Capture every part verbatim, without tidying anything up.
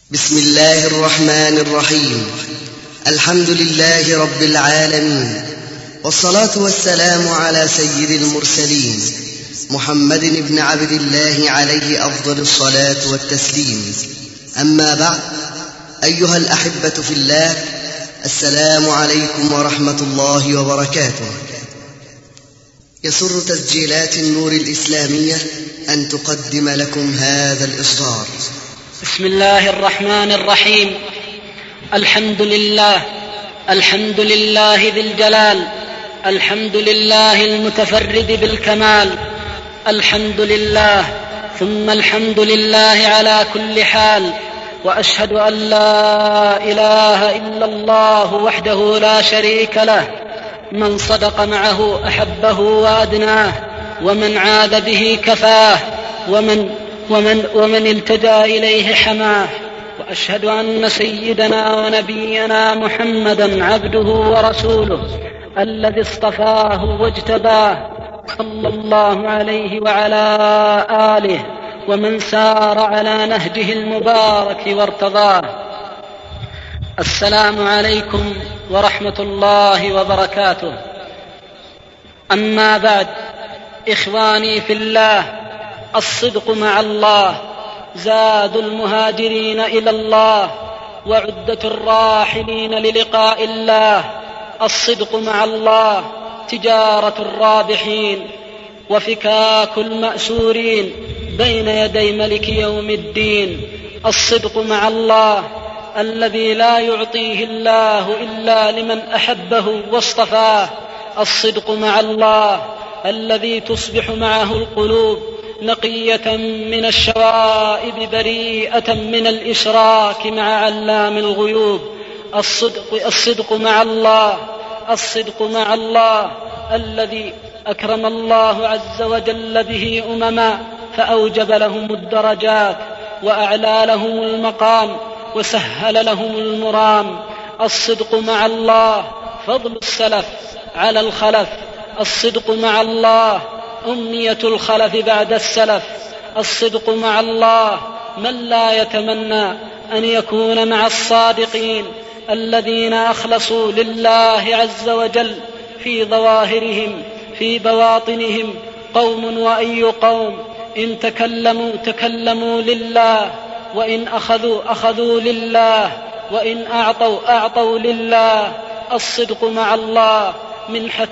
بسم الله الرحمن الرحيم. الحمد لله رب العالمين، والصلاة والسلام على سيد المرسلين محمد بن عبد الله عليه أفضل الصلاة والتسليم. أما بعد، أيها الأحبة في الله، السلام عليكم ورحمة الله وبركاته. يسر تسجيلات النور الإسلامية أن تقدم لكم هذا الإصدار. بسم الله الرحمن الرحيم. الحمد لله الحمد لله ذي الجلال، الحمد لله المتفرد بالكمال، الحمد لله ثم الحمد لله على كل حال، وأشهد أن لا إله إلا الله وحده لا شريك له، من صدق معه أحبه وأدناه، ومن عاذ به كفاه، ومن ومن, ومن التجا إليه حماه. وأشهد أن سيدنا ونبينا محمدا عبده ورسوله الذي اصطفاه واجتباه، صلى الله عليه وعلى آله ومن سار على نهجه المبارك وارتضاه. السلام عليكم ورحمة الله وبركاته. أما بعد، إخواني في الله، الصدق مع الله زاد المهاجرين إلى الله، وعدة الراحلين للقاء الله. الصدق مع الله تجارة الرابحين، وفكاك المأسورين بين يدي ملك يوم الدين. الصدق مع الله الذي لا يعطيه الله إلا لمن أحبه واصطفاه. الصدق مع الله الذي تصبح معه القلوب نقية من الشوائب، بريئة من الإشراك مع علام الغيوب. الصدق, الصدق مع الله الصدق مع الله الذي أكرم الله عز وجل به أمما، فأوجب لهم الدرجات وأعلى لهم المقام وسهل لهم المرام. الصدق مع الله فضل السلف على الخلف. الصدق مع الله أمنية الخلف بعد السلف. الصدق مع الله من لا يتمنى أن يكون مع الصادقين الذين أخلصوا لله عز وجل في ظواهرهم في بواطنهم. قوم وأي قوم إن تكلموا تكلموا لله، وإن أخذوا أخذوا لله، وإن أعطوا أعطوا لله. الصدق مع الله منحة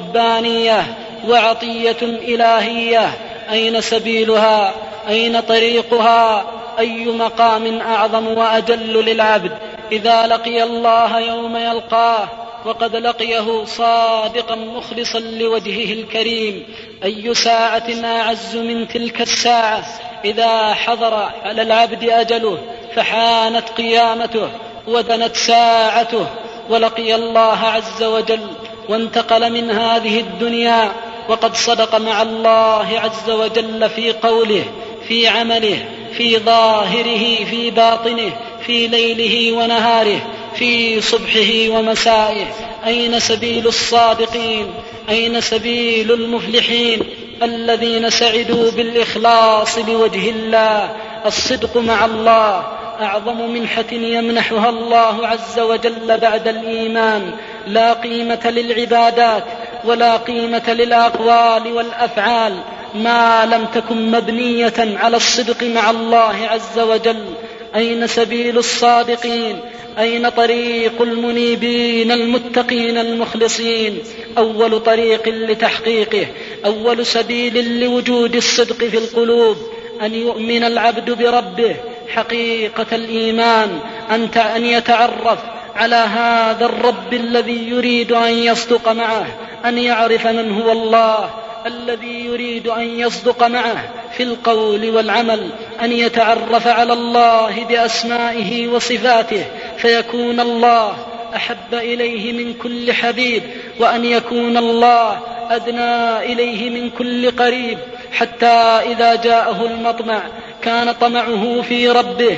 ربانية وعطية إلهية. أين سبيلها؟ أين طريقها؟ أي مقام أعظم وأجل للعبد إذا لقي الله يوم يلقاه وقد لقيه صادقا مخلصا لوجهه الكريم؟ أي ساعة أعز من تلك الساعة إذا حضر على العبد أجله فحانت قيامته ودنت ساعته ولقي الله عز وجل وانتقل من هذه الدنيا وقد صدق مع الله عز وجل في قوله، في عمله، في ظاهره، في باطنه، في ليله ونهاره، في صبحه ومسائه. أين سبيل الصادقين؟ أين سبيل المفلحين الذين سعدوا بالإخلاص لوجه الله؟ الصدق مع الله أعظم منحة يمنحها الله عز وجل بعد الإيمان. لا قيمة للعبادات ولا قيمة للأقوال والأفعال ما لم تكن مبنية على الصدق مع الله عز وجل. أين سبيل الصادقين؟ أين طريق المنيبين المتقين المخلصين؟ أول طريق لتحقيقه، أول سبيل لوجود الصدق في القلوب أن يؤمن العبد بربه حقيقة الإيمان، أن يتعرف على هذا الرب الذي يريد أن يصدق معه، أن يعرف من هو الله الذي يريد أن يصدق معه في القول والعمل، أن يتعرف على الله بأسمائه وصفاته فيكون الله أحب إليه من كل حبيب، وأن يكون الله أدنى إليه من كل قريب، حتى إذا جاءه المطمع كان طمعه في ربه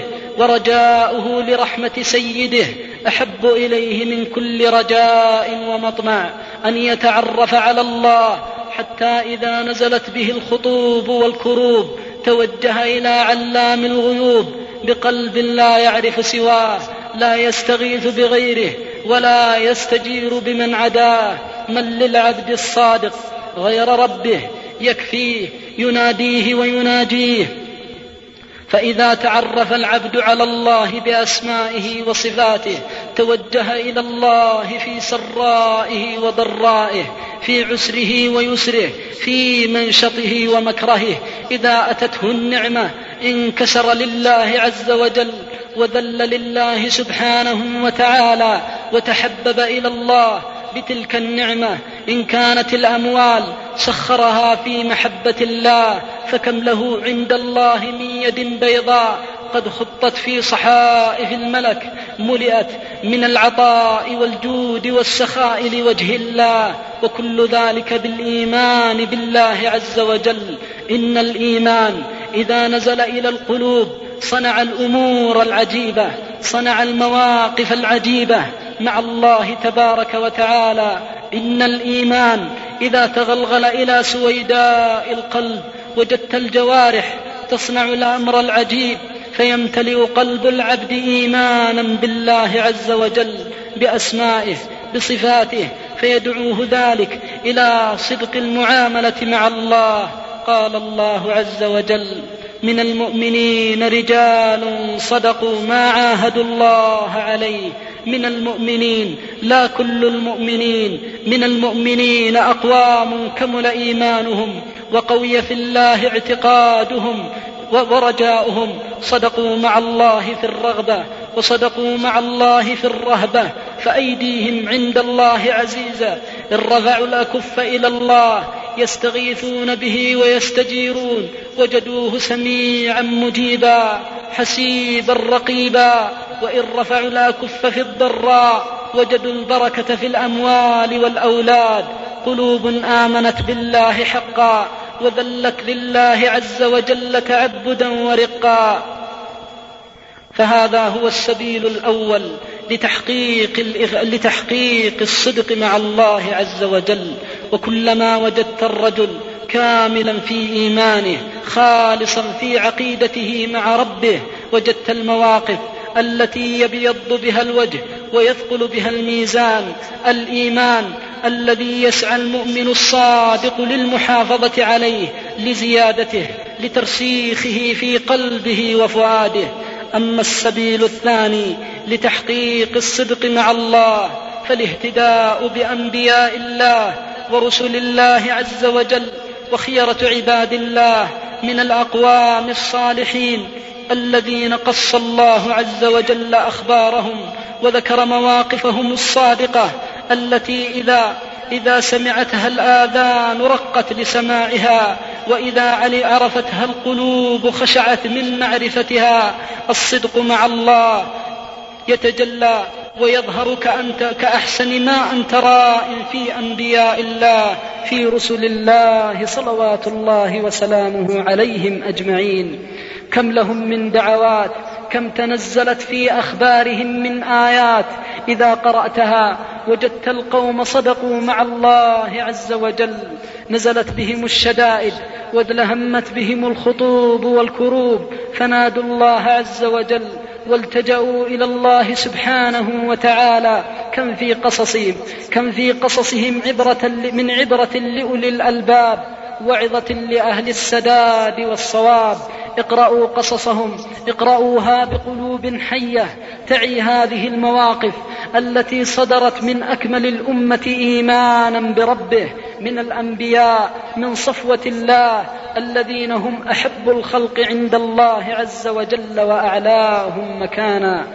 ورجاؤه لرحمة سيده أحب إليه من كل رجاء ومطمع. أن يتعرف على الله حتى إذا نزلت به الخطوب والكروب توجه إلى علام الغيوب بقلب لا يعرف سواه، لا يستغيث بغيره ولا يستجير بمن عداه. من للعبد الصادق غير ربه يكفيه يناديه ويناجيه. فإذا تعرف العبد على الله بأسمائه وصفاته توجه إلى الله في سرائه وضرائه، في عسره ويسره، في منشطه ومكرهه. إذا أتته النعمة انكسر لله عز وجل وذل لله سبحانه وتعالى وتحبب إلى الله بتلك النعمة. إن كانت الأموال سخرها في محبة الله، فكم له عند الله من يد بيضاء قد خطت في صحائف الملك، ملئت من العطاء والجود والسخاء لوجه الله، وكل ذلك بالإيمان بالله عز وجل. إن الإيمان إذا نزل إلى القلوب صنع الأمور العجيبة، صنع المواقف العجيبة مع الله تبارك وتعالى. إن الإيمان إذا تغلغل إلى سويداء القلب وجدت الجوارح تصنع الأمر العجيب، فيمتلئ قلب العبد إيمانا بالله عز وجل بأسمائه بصفاته، فيدعوه ذلك إلى صدق المعاملة مع الله. قال الله عز وجل: من المؤمنين رجال صدقوا ما عاهدوا الله عليه. من المؤمنين لا كل المؤمنين، من المؤمنين أقوام كمل إيمانهم وقوي في الله اعتقادهم ورجاؤهم، صدقوا مع الله في الرغبة وصدقوا مع الله في الرهبة، فأيديهم عند الله عزيزة. إن رفعوا الأكف إلى الله يستغيثون به ويستجيرون وجدوه سميعا مجيبا حسيبا رقيبا. وإن رفعوا الأكف في الضراء وجدوا البركة في الأموال والأولاد. قلوب آمنت بالله حقا وذلت لله عز وجل تعبدا ورقا. فهذا هو السبيل الأول لتحقيق, لتحقيق الصدق مع الله عز وجل. وكلما وجدت الرجل كاملا في إيمانه خالصا في عقيدته مع ربه، وجدت المواقف التي يبيض بها الوجه ويثقل بها الميزان. الإيمان الذي يسعى المؤمن الصادق للمحافظة عليه، لزيادته، لترسيخه في قلبه وفؤاده. أما السبيل الثاني لتحقيق الصدق مع الله فالاهتداء بأنبياء الله ورسل الله عز وجل وخيرة عباد الله من الأقوام الصالحين الذين قص الله عز وجل أخبارهم وذكر مواقفهم الصادقة التي إذا إذا سمعتها الآذان رقت لسماعها، وإذا عرفتها القلوب خشعت من معرفتها. الصدق مع الله يتجلى ويظهر كأنت كأحسن ما أنت راء في أنبياء الله، في رسل الله صلوات الله وسلامه عليهم أجمعين. كم لهم من دعوات، كم تنزلت في أخبارهم من آيات، إذا قرأتها وجدت القوم صدقوا مع الله عز وجل. نزلت بهم الشدائد وادلهمت بهم الخطوب والكروب، فنادوا الله عز وجل والتجأوا إلى الله سبحانه وتعالى. كم في قصصهم كم في قصصهم عبرة من عبرة لأولي الألباب وعظة لأهل السداد والصواب. اقرأوا قصصهم، اقرأوها بقلوب حية تعي هذه المواقف التي صدرت من أكمل الأمة إيمانا بربه من الأنبياء، من صفوة الله الذين هم أحب الخلق عند الله عز وجل وأعلاهم مكانا.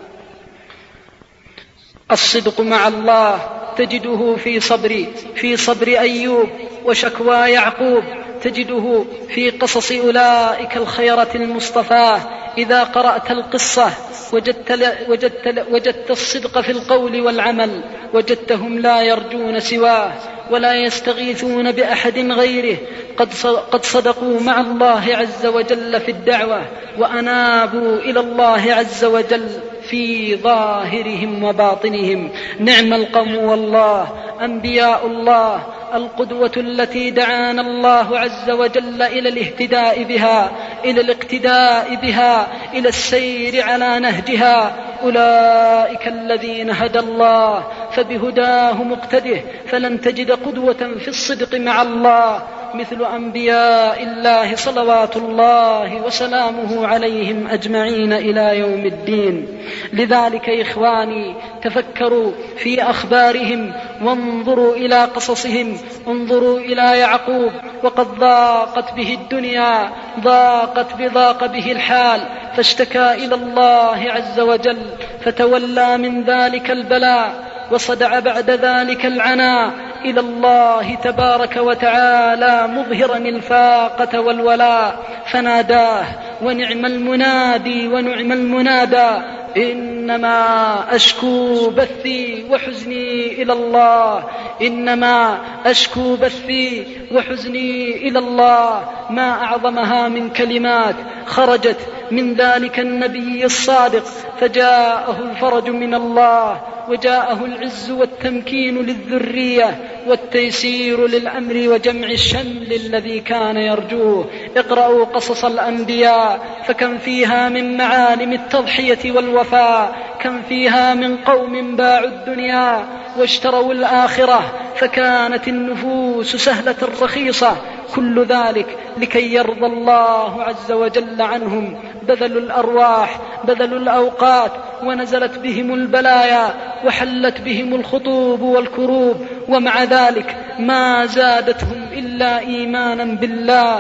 الصدق مع الله تجده في صبر في صبر أيوب وشكوى يعقوب، تجده في قصص أولئك الخيرة المصطفى. إذا قرأت القصة وجدت, وجدت, وجدت الصدق في القول والعمل، وجدتهم لا يرجون سواه ولا يستغيثون بأحد غيره. قد صدقوا مع الله عز وجل في الدعوة وأنابوا إلى الله عز وجل في ظاهرهم وباطنهم. نعم القوم والله، أنبياء الله القدوة التي دعانا الله عز وجل إلى الاهتداء بها، إلى الاقتداء بها، إلى السير على نهجها. أولئك الذين هدى الله فبهداه مقتده، فلن تجد قدوة في الصدق مع الله مثل أنبياء الله صلوات الله وسلامه عليهم أجمعين إلى يوم الدين. لذلك إخواني تفكروا في أخبارهم وانظروا إلى قصصهم. انظروا إلى يعقوب وقد ضاقت به الدنيا، ضاقت بضاق به الحال، فاشتكى إلى الله عز وجل فتولى من ذلك البلاء وصدع بعد ذلك العناء إلى الله تبارك وتعالى مظهرا الفاقة والولاء، فناداه ونعم المنادي ونعم المنادى: إنما أشكو بثي وحزني إلى الله، إنما أشكو بثي وحزني إلى الله. ما أعظمها من كلمات خرجت من ذلك النبي الصادق، فجاءه الفرج من الله، وجاءه العز والتمكين للذرية والتيسير للأمر وجمع الشمل الذي كان يرجوه. اقرأوا قصص الأنبياء فكم فيها من معالم التضحية والوفاء، كم فيها من قوم باعوا الدنيا واشتروا الآخرة فكانت النفوس سهلة رخيصة. كل ذلك لكي يرضى الله عز وجل عنهم، بذلوا الأرواح، بذلوا الأوقات، ونزلت بهم البلايا وحلت بهم الخطوب والكروب، ومع ذلك ما زادتهم إلا إيمانا بالله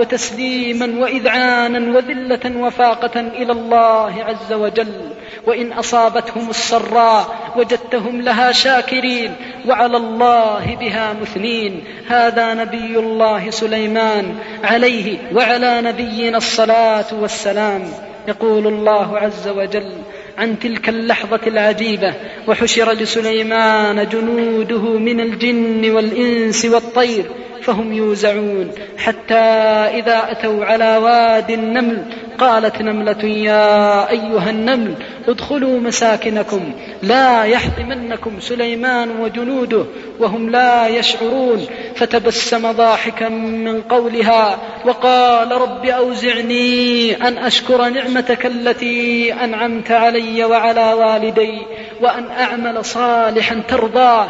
وتسليما وإذعانا وذلة وفاقة إلى الله عز وجل. وإن أصابتهم السراء وجدتهم لها شاكرين وعلى الله بها مثنين. هذا نبي الله سليمان عليه وعلى نبينا الصلاة والسلام. يقول الله عز وجل عن تلك اللحظة العجيبة: وحشر لسليمان جنوده من الجن والإنس والطير فهم يوزعون، حتى إذا أتوا على واد النمل قالت نملة يا أيها النمل ادخلوا مساكنكم لا يحطمنكم سليمان وجنوده وهم لا يشعرون. فتبسم ضاحكا من قولها وقال رب أوزعني أن أشكر نعمتك التي أنعمت علي وعلى والدي وأن أعمل صالحا ترضاه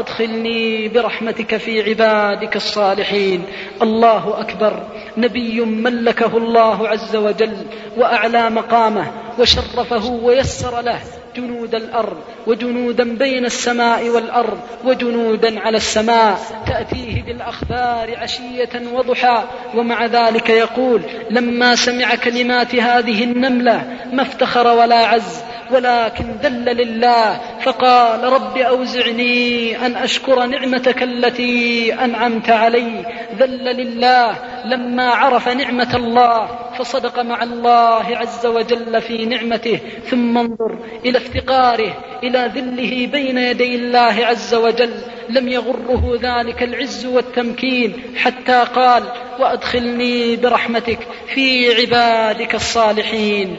وأدخلني برحمتك في عبادك الصالحين. الله أكبر. نبي ملكه الله عز وجل وأعلى مقامه وشرفه ويسر له جنود الأرض وجنودا بين السماء والأرض وجنودا على السماء تأتيه بالأخبار عشية وضحى. ومع ذلك يقول لما سمع كلمات هذه النملة ما افتخر ولا عز، ولكن ذل لله فقال رب أوزعني أن أشكر نعمتك التي أنعمت علي. ذل لله لما عرف نعمة الله فصدق مع الله عز وجل في نعمته. ثم انظر إلى افتقاره إلى ذله بين يدي الله عز وجل، لم يغره ذلك العز والتمكين حتى قال وأدخلني برحمتك في عبادك الصالحين.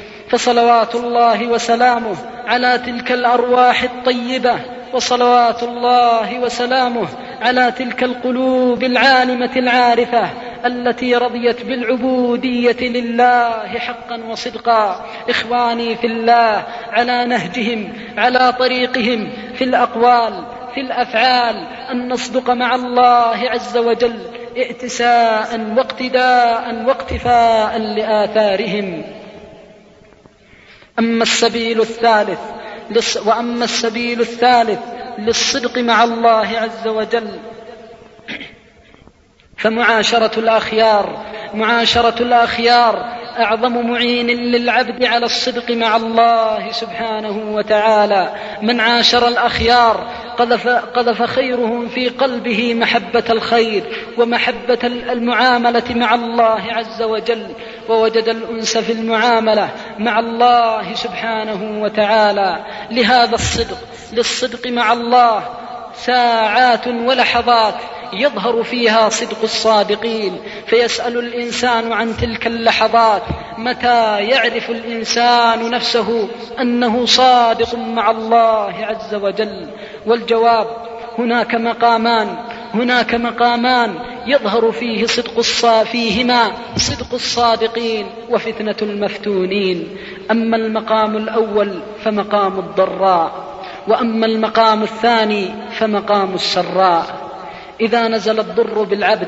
فصلوات الله وسلامه على تلك الأرواح الطيبة، وصلوات الله وسلامه على تلك القلوب العالمة العارفة التي رضيت بالعبودية لله حقا وصدقا. إخواني في الله، على نهجهم، على طريقهم، في الأقوال، في الأفعال، أن نصدق مع الله عز وجل ائتساء واقتداء واقتفاء لآثارهم. أما السبيل الثالث وأما السبيل الثالث للصدق مع الله عز وجل فمعاشرة الأخيار. معاشرة الأخيار أعظم معين للعبد على الصدق مع الله سبحانه وتعالى. من عاشر الأخيار قذف, قذف خيرهم في قلبه محبة الخير ومحبة المعاملة مع الله عز وجل، ووجد الأنس في المعاملة مع الله سبحانه وتعالى. لهذا الصدق للصدق مع الله ساعات ولحظات يظهر فيها صدق الصادقين، فيسأل الإنسان عن تلك اللحظات متى يعرف الإنسان نفسه أنه صادق مع الله عز وجل. والجواب هناك مقامان: هناك مقامان يظهر فيه صدق الصا فيهما صدق الصادقين وفتنة المفتونين. أما المقام الأول فمقام الضراء، وأما المقام الثاني فمقام السراء. إذا نزل الضر بالعبد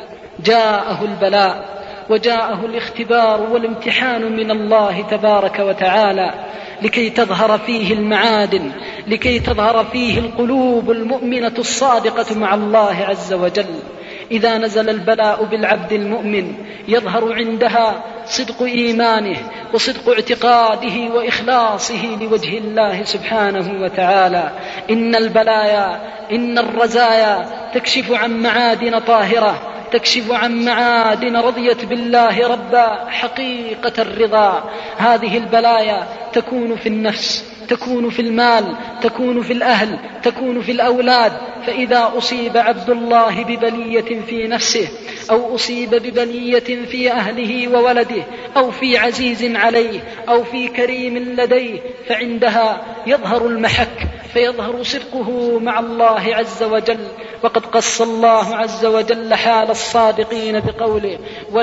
جاءه البلاء وجاءه الاختبار والامتحان من الله تبارك وتعالى لكي تظهر فيه المعادن، لكي تظهر فيه القلوب المؤمنة الصادقة مع الله عز وجل. إذا نزل البلاء بالعبد المؤمن يظهر عندها صدق إيمانه وصدق اعتقاده وإخلاصه لوجه الله سبحانه وتعالى. إن البلايا إن الرزايا تكشف عن معادن طاهرة، تكشف عن معادن رضيت بالله ربا حقيقة الرضا. هذه البلايا تكون في النفس، تكون في المال، تكون في الأهل، تكون في الأولاد. فإذا أصيب عبد الله ببلية في نفسه أو أصيب ببلية في أهله وولده أو في عزيز عليه أو في كريم لديه فعندها يظهر المحك، فيظهر صدقه مع الله عز وجل. وقد قص الله عز وجل حال الصادقين بقوله: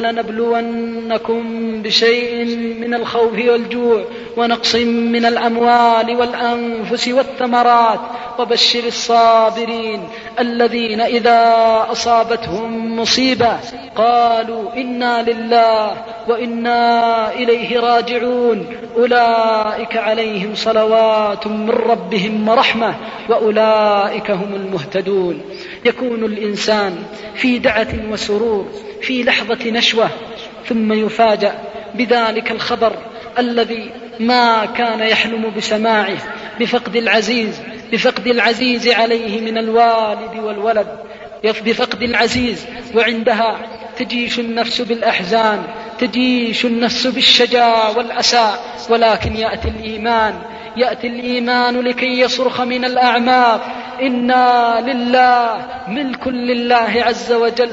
ولنبلونكم بشيء من الخوف والجوع ونقص من الأموال والأنفس والثمرات وبشر الصابرين الذين إذا أصابتهم مصيبة قالوا إنا لله وإنا إليه راجعون أولئك عليهم صلوات من ربهم ورحمة وأولئك هم المهتدون. يكون الإنسان في دعة وسرور في لحظة نشوة ثم يفاجأ بذلك الخبر الذي ما كان يحلم بسماعه، بفقد العزيز بفقد العزيز عليه من الوالد والولد، بفقد العزيز. وعندها تجيش النفس بالأحزان، تجيش النفس بالشجا والأسى. ولكن يأتي الإيمان يأتي الإيمان لكي يصرخ من الأعماق: إنا لله، ملك لله عز وجل،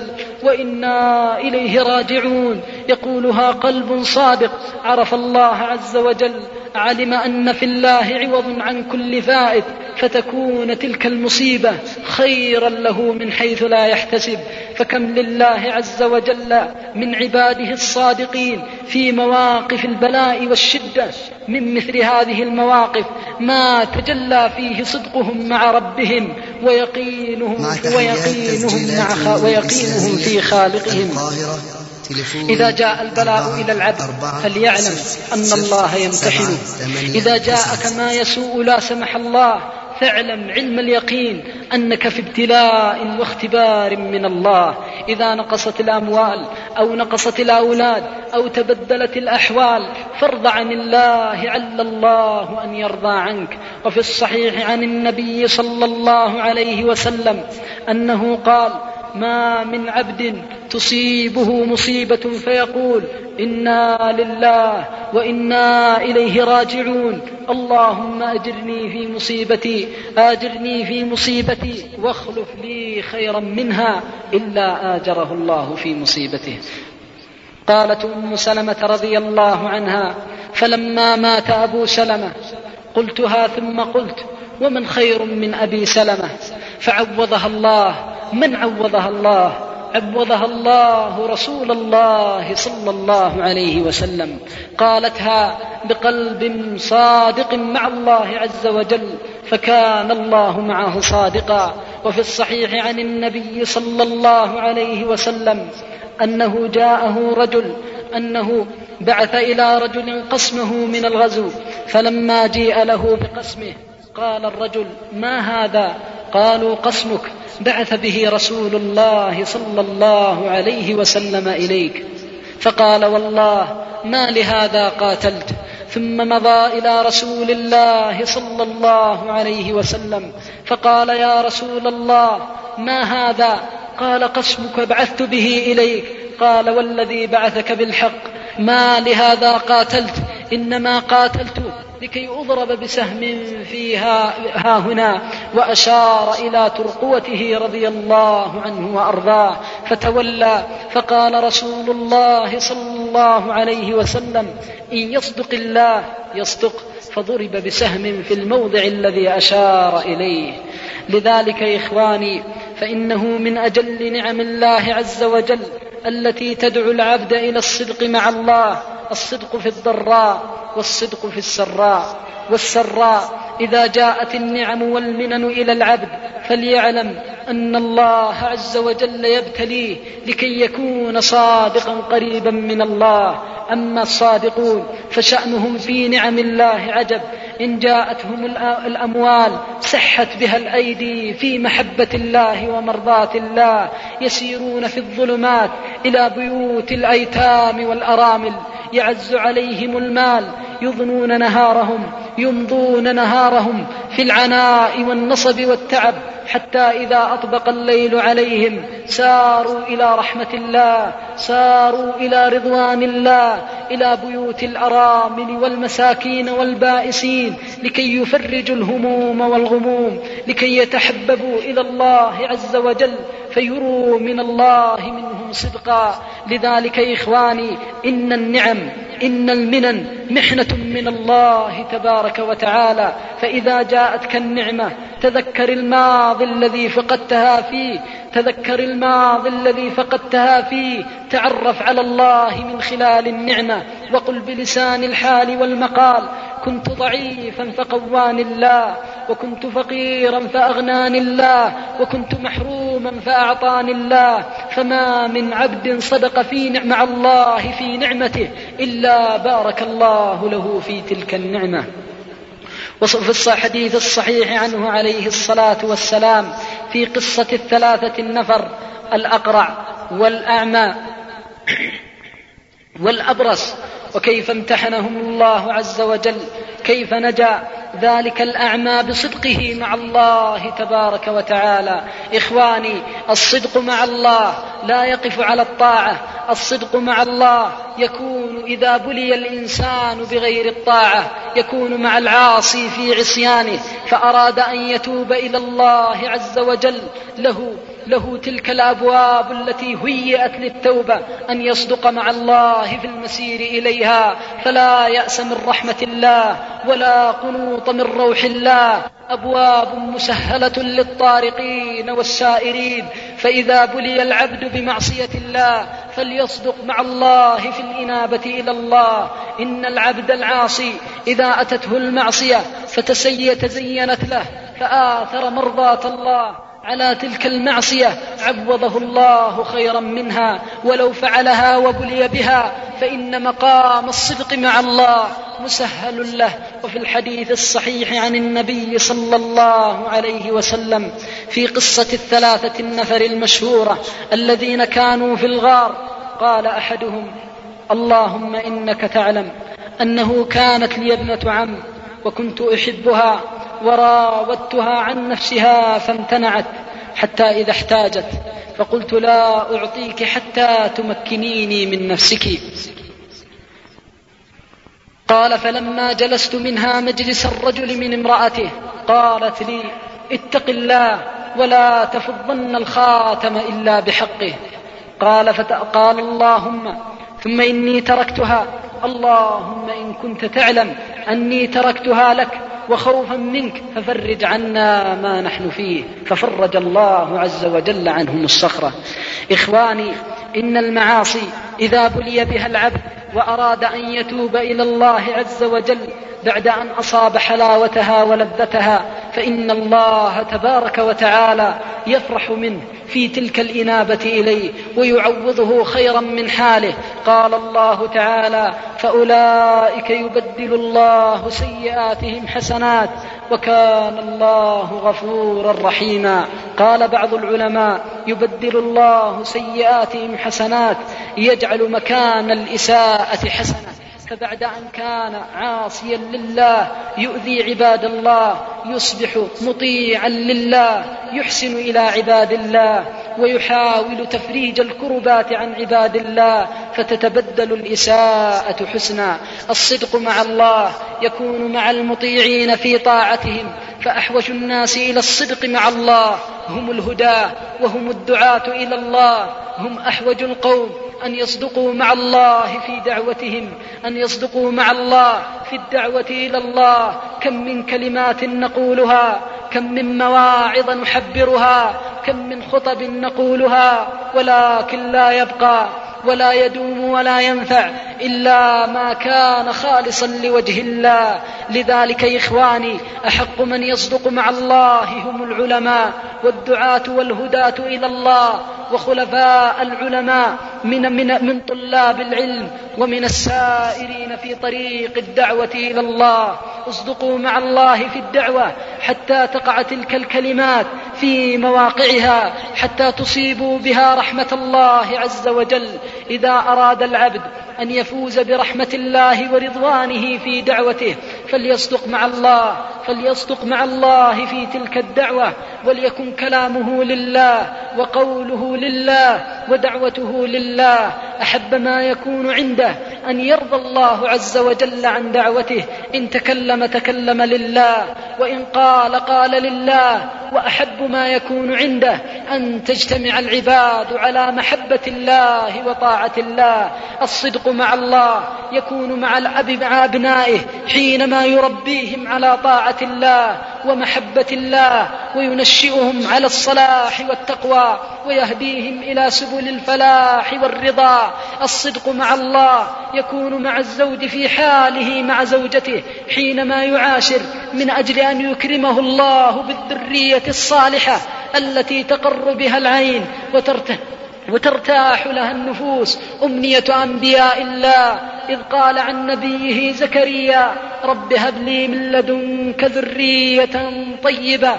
وإنا إليه راجعون. يقولها قلب صادق عرف الله عز وجل، علم أن في الله عوض عن كل فائت، فتكون تلك المصيبة خيرا له من حيث لا يحتسب. فكم لله عز وجل من عباده الصادقين في مواقف البلاء والشدة من مثل هذه المواقف ما تجلى فيه صدقهم مع ربهم ويقينهم, ويقينهم, مع ويقينهم في خالقهم. إذا جاء البلاء إلى العبد فليعلم أن الله يمتحنه. إذا جاءك ما يسوء لا سمح الله فاعلم علم اليقين أنك في ابتلاء واختبار من الله. إذا نقصت الأموال أو نقصت الأولاد أو تبدلت الأحوال فارض عن الله عل الله أن يرضى عنك. وفي الصحيح عن النبي صلى الله عليه وسلم أنه قال: ما من عبد تصيبه مصيبة فيقول إنا لله وإنا إليه راجعون اللهم أجرني في مصيبتي أجرني في مصيبتي واخلف لي خيرا منها إلا آجره الله في مصيبته. قالت أم سلمة رضي الله عنها: فلما مات أبو سلمة قلتها ثم قلت: ومن خير من أبي سلمة؟ فعوضها الله. من عوضها الله؟ عوضها الله رسول الله صلى الله عليه وسلم. قالتها بقلب صادق مع الله عز وجل، فكان الله معه صادقا. وفي الصحيح عن النبي صلى الله عليه وسلم أنه جاءه رجل أنه بعث إلى رجل قسمه من الغزو، فلما جيء له بقسمه قال الرجل: ما هذا؟ قالوا: قسمك بعث به رسول الله صلى الله عليه وسلم إليك. فقال: والله ما لهذا قاتلت. ثم مضى إلى رسول الله صلى الله عليه وسلم فقال: يا رسول الله ما هذا؟ قال: قسمك بعثت به إليك. قال: والذي بعثك بالحق ما لهذا قاتلت، إنما قاتلت لكي أضرب بسهم فيها ها هنا. وأشار إلى ترقوته رضي الله عنه وأرضاه، فتولى. فقال رسول الله صلى الله عليه وسلم: إن يصدق الله يصدق، فضرب بسهم في الموضع الذي أشار إليه. لذلك يا إخواني فإنه من أجل نعم الله عز وجل التي تدعو العبد إلى الصدق مع الله الصدق في الضراء والصدق في السراء. والسراء إذا جاءت النعم والمنن إلى العبد فليعلم أن الله عز وجل يبتليه لكي يكون صادقا قريبا من الله. أما الصادقون فشأنهم في نعم الله عجب، إن جاءتهم الأموال سحت بها الأيدي في محبة الله ومرضاة الله، يسيرون في الظلمات إلى بيوت الأيتام والأرامل، يعز عليهم المال، يضنون نهارهم يمضون نهارهم في العناء والنصب والتعب، حتى إذا أطبق الليل عليهم ساروا إلى رحمة الله، ساروا إلى رضوان الله، إلى بيوت الأرامل والمساكين والبائسين، لكي يفرجوا الهموم والغموم، لكي يتحببوا إلى الله عز وجل فيروا من الله منهم صدقا. لذلك إخواني إن النعم إن المنن محنة من الله تبارك وتعالى، فإذا جاءتك النعمة تذكر الماضي الذي فقدتها فيه، تذكر الماضي الذي فقدتها فيه، تعرف على الله من خلال النعمة، وقل بلسان الحال والمقال: كنت ضعيفا فقواني الله، وكنت فقيرا فأغناني الله، وكنت محروما فأعطاني الله. فما من عبد صدق في مع الله في نعمته إلا بارك الله له في تلك النعمة. وفي الحديث الصحيح عنه عليه الصلاة والسلام في قصة الثلاثة النفر الأقرع والأعمى والأبرص، وكيف امتحنهم الله عز وجل، كيف نجا ذلك الأعمى بصدقه مع الله تبارك وتعالى. إخواني الصدق مع الله لا يقف على الطاعة، الصدق مع الله يكون إذا بلي الإنسان بغير الطاعة، يكون مع العاصي في عصيانه فأراد أن يتوب إلى الله عز وجل، له له تلك الأبواب التي هيئت للتوبة، أن يصدق مع الله في المسير إليها، فلا يأس من رحمة الله ولا قنوط من روح الله. أبواب مسهلة للطارقين والسائرين، فإذا بلي العبد بمعصية الله فليصدق مع الله في الإنابة إلى الله. إن العبد العاصي إذا أتته المعصية فتزينت له فآثر مرضاة الله على تلك المعصية عوضه الله خيرا منها، ولو فعلها وبلي بها فإن مقام الصدق مع الله مسهل له. وفي الحديث الصحيح عن النبي صلى الله عليه وسلم في قصة الثلاثة النفر المشهورة الذين كانوا في الغار، قال أحدهم: اللهم إنك تعلم أنه كانت لي ابنة عم وكنت أحبها وراودتها عن نفسها فامتنعت حتى إذا احتاجت، فقلت لا أعطيك حتى تمكنيني من نفسك. قال: فلما جلست منها مجلس الرجل من امرأته قالت لي: اتق الله ولا تفضن الخاتم إلا بحقه. قال قال اللهم ثم إني تركتها، اللهم إن كنت تعلم أني تركتها لك وخوفا منك ففرج عنا ما نحن فيه، ففرج الله عز وجل عنهم الصخرة. إخواني إن المعاصي إذا بلي بها العبد وأراد أن يتوب إلى الله عز وجل بعد أن أصاب حلاوتها ولذتها فإن الله تبارك وتعالى يفرح منه في تلك الإنابة إليه ويعوضه خيرا من حاله. قال الله تعالى: فأولئك يبدل الله سيئاتهم حسنات وكان الله غفورا رحيما. قال بعض العلماء: يبدل الله سيئاتهم حسنات، يجعل مكان الإساءة حسنة، فبعد أن كان عاصيا لله يؤذي عباد الله يصبح مطيعا لله يحسن إلى عباد الله ويحاول تفريج الكربات عن عباد الله، فتتبدل الإساءة حسنا. الصدق مع الله يكون مع المطيعين في طاعتهم، فأحوج الناس إلى الصدق مع الله هم الهداة وهم الدعاة إلى الله، هم أحوج القوم أن يصدقوا مع الله في دعوتهم، أن يصدقوا مع الله في الدعوة إلى الله. كم من كلمات نقولها، كم من مواعظ نحبرها، كم من خطب نقولها ولكن لا يبقى ولا يدوم ولا ينفع إلا ما كان خالصا لوجه الله. لذلك يا إخواني أحق من يصدق مع الله هم العلماء والدعاة والهداة إلى الله وخلفاء العلماء من, من, من طلاب العلم ومن السائرين في طريق الدعوة إلى الله. اصدقوا مع الله في الدعوة حتى تقع تلك الكلمات في مواقعها، حتى تصيبوا بها رحمة الله عز وجل. إذا أراد العبد أن يفوز برحمة الله ورضوانه في دعوته فليصدق مع الله فليصدق مع الله في تلك الدعوة، وليكن كلامه لله وقوله لله ودعوته لله. أحب ما يكون عنده أن يرضى الله عز وجل عن دعوته، إن تكلم تكلم لله وإن قال قال لله. وأحب ما يكون عنده أن تجتمع العباد على محبة الله وطاعة الله. الصدق مع الله يكون مع الأب مع أبنائه حينما يربيهم على طاعة الله ومحبة الله وينشئهم على الصلاح والتقوى ويهديهم إلى سبل الفلاح والرضا. الصدق مع الله يكون مع الزوج في حاله مع زوجته حينما يعاشر من أجل أن يكرمه الله بالذرية الصالحة التي تقر بها العين وترتاح وترتاح لها النفوس. أمنية أنبياء الله إذ قال عن نبيه زكريا رب هب لي من لدنك ذرية طيبة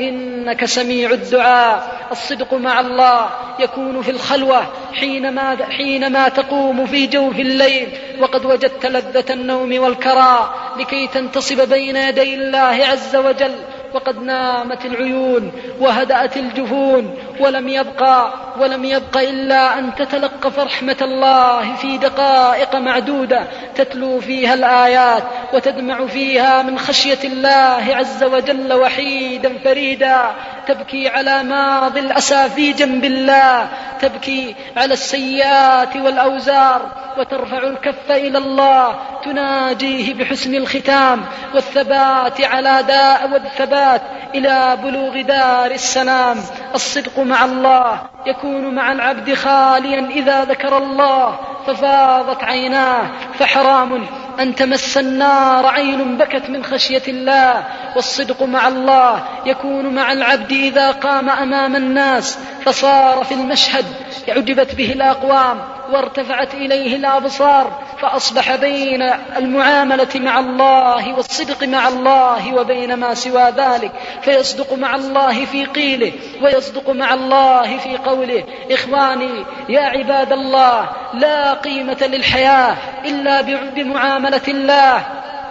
إنك سميع الدعاء. الصدق مع الله يكون في الخلوة حينما, حينما تقوم في جوف الليل وقد وجدت لذة النوم والكراء لكي تنتصب بين يدي الله عز وجل وقد نامت العيون وهدأت الجفون ولم يبقى ولم يبق إلا أن تتلقف رحمة الله في دقائق معدودة تتلو فيها الآيات وتدمع فيها من خشية الله عز وجل وحيدا فريدا. تبكي على ماضي الأسى في جنب الله، تبكي على السيئات والأوزار وترفع الكف إلى الله تناجيه بحسن الختام والثبات على داء والثبات إلى بلوغ دار السلام. الصدق مع الله يكون مع العبد خاليا إذا ذكر الله ففاضت عيناه، فحرام أن تمس النار عين بكت من خشية الله. والصدق مع الله يكون مع العبد إذا قام أمام الناس فصار في المشهد عجبت به الأقوام وارتفعت إليه الأبصار، فأصبح بين المعاملة مع الله والصدق مع الله وبين ما سوى ذلك، فيصدق مع الله في قيله ويصدق مع الله في قوله. إخواني يا عباد الله، لا قيمة للحياة إلا بمعاملة الله.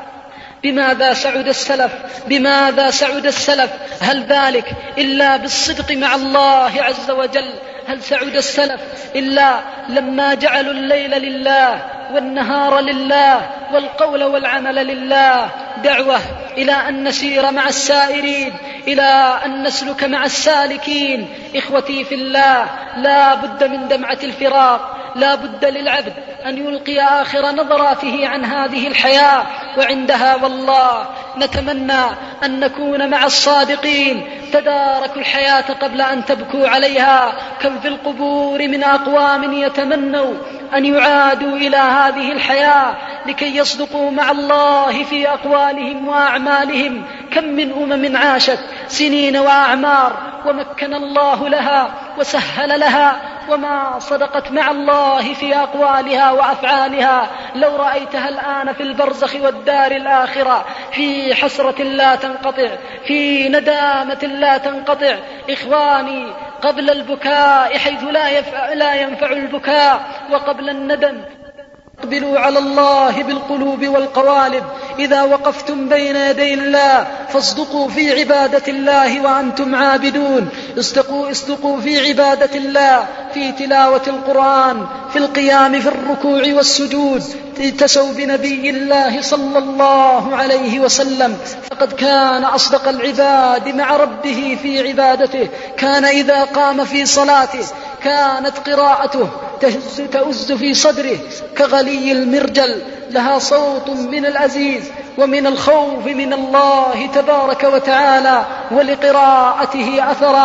بماذا سعد السلف بماذا سعد السلف هل ذلك إلا بالصدق مع الله عز وجل؟ هل سعد السلف إلا لما جعلوا الليل لله والنهار لله والقول والعمل لله؟ دعوة إلى أن نسير مع السائرين، إلى أن نسلك مع السالكين. إخوتي في الله، لا بد من دمعة الفراق، لا بد للعبد أن يلقي آخر نظراته عن هذه الحياة، وعندها والله نتمنى أن نكون مع الصادقين. تداركوا الحياة قبل أن تبكوا عليها. كم في القبور من أقوام يتمنوا أن يعادوا إلى هذه الحياة لكي يصدقوا مع الله في أقوالهم وأعمالهم. كم من أمم عاشت سنين وأعمار ومكن الله لها وسهل لها وما صدقت مع الله في أقوالها وأفعالها. لو رأيتها الآن في البرزخ والدار الآخرة في حسرة لا تنقطع، في ندامة لا تنقطع. إخواني، قبل البكاء حيث لا ينفع البكاء وقبل الندم اقبلوا على الله بالقلوب والقوالب. إذا وقفتم بين يدي الله فاصدقوا في عبادة الله وأنتم عابدون. اصدقوا, اصدقوا في عبادة الله، في تلاوة القرآن، في القيام في الركوع والسجود. اتسوا بنبي الله صلى الله عليه وسلم، فقد كان أصدق العباد مع ربه في عبادته. كان إذا قام في صلاته كانت قراءته تؤز في صدره كغلي المرجل، لها صوت من العزيز ومن الخوف من الله تبارك وتعالى، ولقراءته أثرا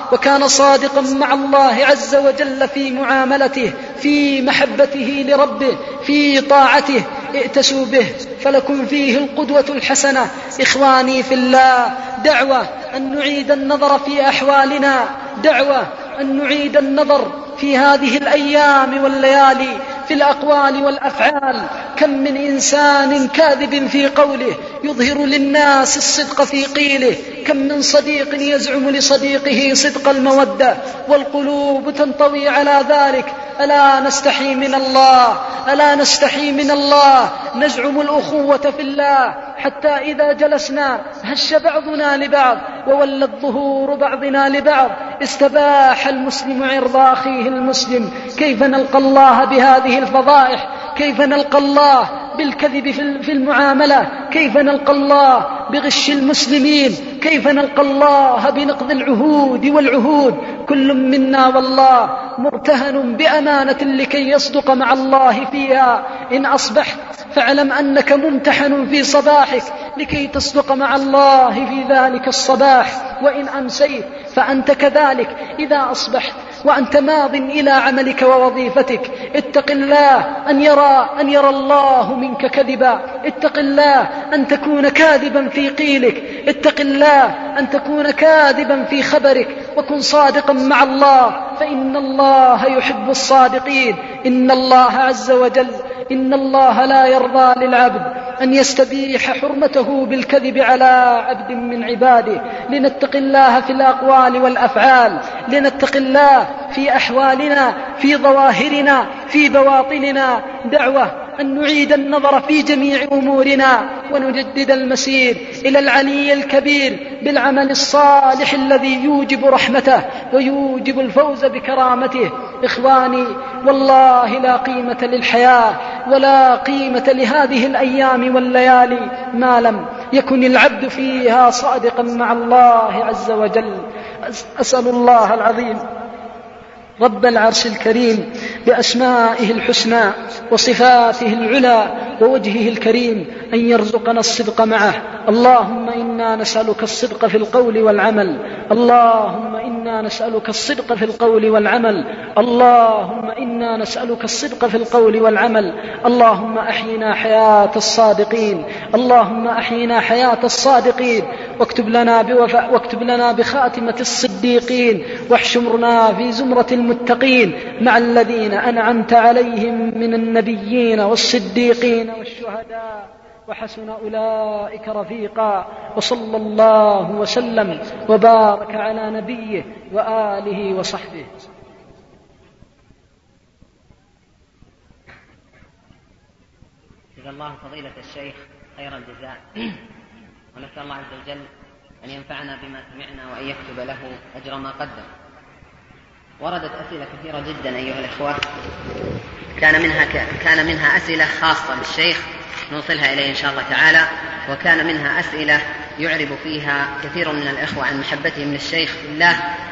وكان صادقا مع الله عز وجل في معاملته، في محبته لربه، في طاعته، ائتسوا به فلكم فيه القدوة الحسنة. إخواني في الله، دعوة أن نعيد النظر في أحوالنا، دعوة أن نعيد النظر في هذه الأيام والليالي في الأقوال والأفعال. كم من إنسان كاذب في قوله يظهر للناس الصدق في قيله، كم من صديق يزعم لصديقه صدق المودة والقلوب تنطوي على ذلك. ألا نستحي من الله، ألا نستحي من الله، نزعم الأخوة في الله حتى إذا جلسنا هش بعضنا لبعض وولت ظهور بعضنا لبعض. استباح المسلم عرض أخيه المسلم. كيف نلقى الله بهذه الفضائح؟ كيف نلقى الله بالكذب في المعاملة؟ كيف نلقى الله بغش المسلمين؟ كيف نلقى الله بنقض العهود والعهود؟ كل منا والله مرتهن بأمانة لكي يصدق مع الله فيها. إن أصبحت فاعلم أنك ممتحن في صباحك لكي تصدق مع الله في ذلك الصباح، وإن أمسيت فأنت كذلك. إذا أصبحت وأنت ماض إلى عملك ووظيفتك، اتق الله أن يرى, أن يرى الله منك كذبا، اتق الله أن تكون كاذبا في قيلك، اتق الله أن تكون كاذبا في خبرك، وكن صادقا مع الله فإن الله يحب الصادقين. إن الله عز وجل إن الله لا يرضى للعبد أن يستبيح حرمته بالكذب على عبد من عباده. لنتق الله في الأقوال والأفعال، لنتق الله في أحوالنا، في ظواهرنا، في بواطننا. دعوة أن نعيد النظر في جميع أمورنا ونجدد المسير إلى العلي الكبير بالعمل الصالح الذي يوجب رحمته ويوجب الفوز بكرامته. إخواني والله لا قيمة للحياة ولا قيمة لهذه الأيام والليالي ما لم يكن العبد فيها صادقا مع الله عز وجل. أسأل الله العظيم رب العرش الكريم بأسمائه الحسنى وصفاته العلى ووجهه الكريم أن يرزقنا الصدق معه. اللهم إنا نسألك الصدق في القول والعمل، اللهم إنا نسألك الصدق في القول والعمل، اللهم إنا نسألك الصدق في القول والعمل. اللهم أحينا حياة الصادقين، اللهم أحينا حياة الصادقين، واكتب لنا بوفاء واكتب لنا بخاتمة الصديقين، واحشرنا في زمرة المتقين مع الذين أنعمت عليهم من النبيين والصديقين والشهداء وحسن أولئك رفيقا. وصلى الله وسلم وبارك على نبيه وآله وصحبه. جزا الله فضيلة الشيخ خير الجزاء، ونسأل الله عز وجل أن ينفعنا بما سمعنا وأن يكتب له أجر ما قدم. وردت أسئلة كثيرة جدا أيها الإخوة، كان منها كان منها أسئلة خاصة بالشيخ نوصلها إليه إن شاء الله تعالى، وكان منها أسئلة يعرب فيها كثير من الإخوة عن محبتهم للشيخ في الله،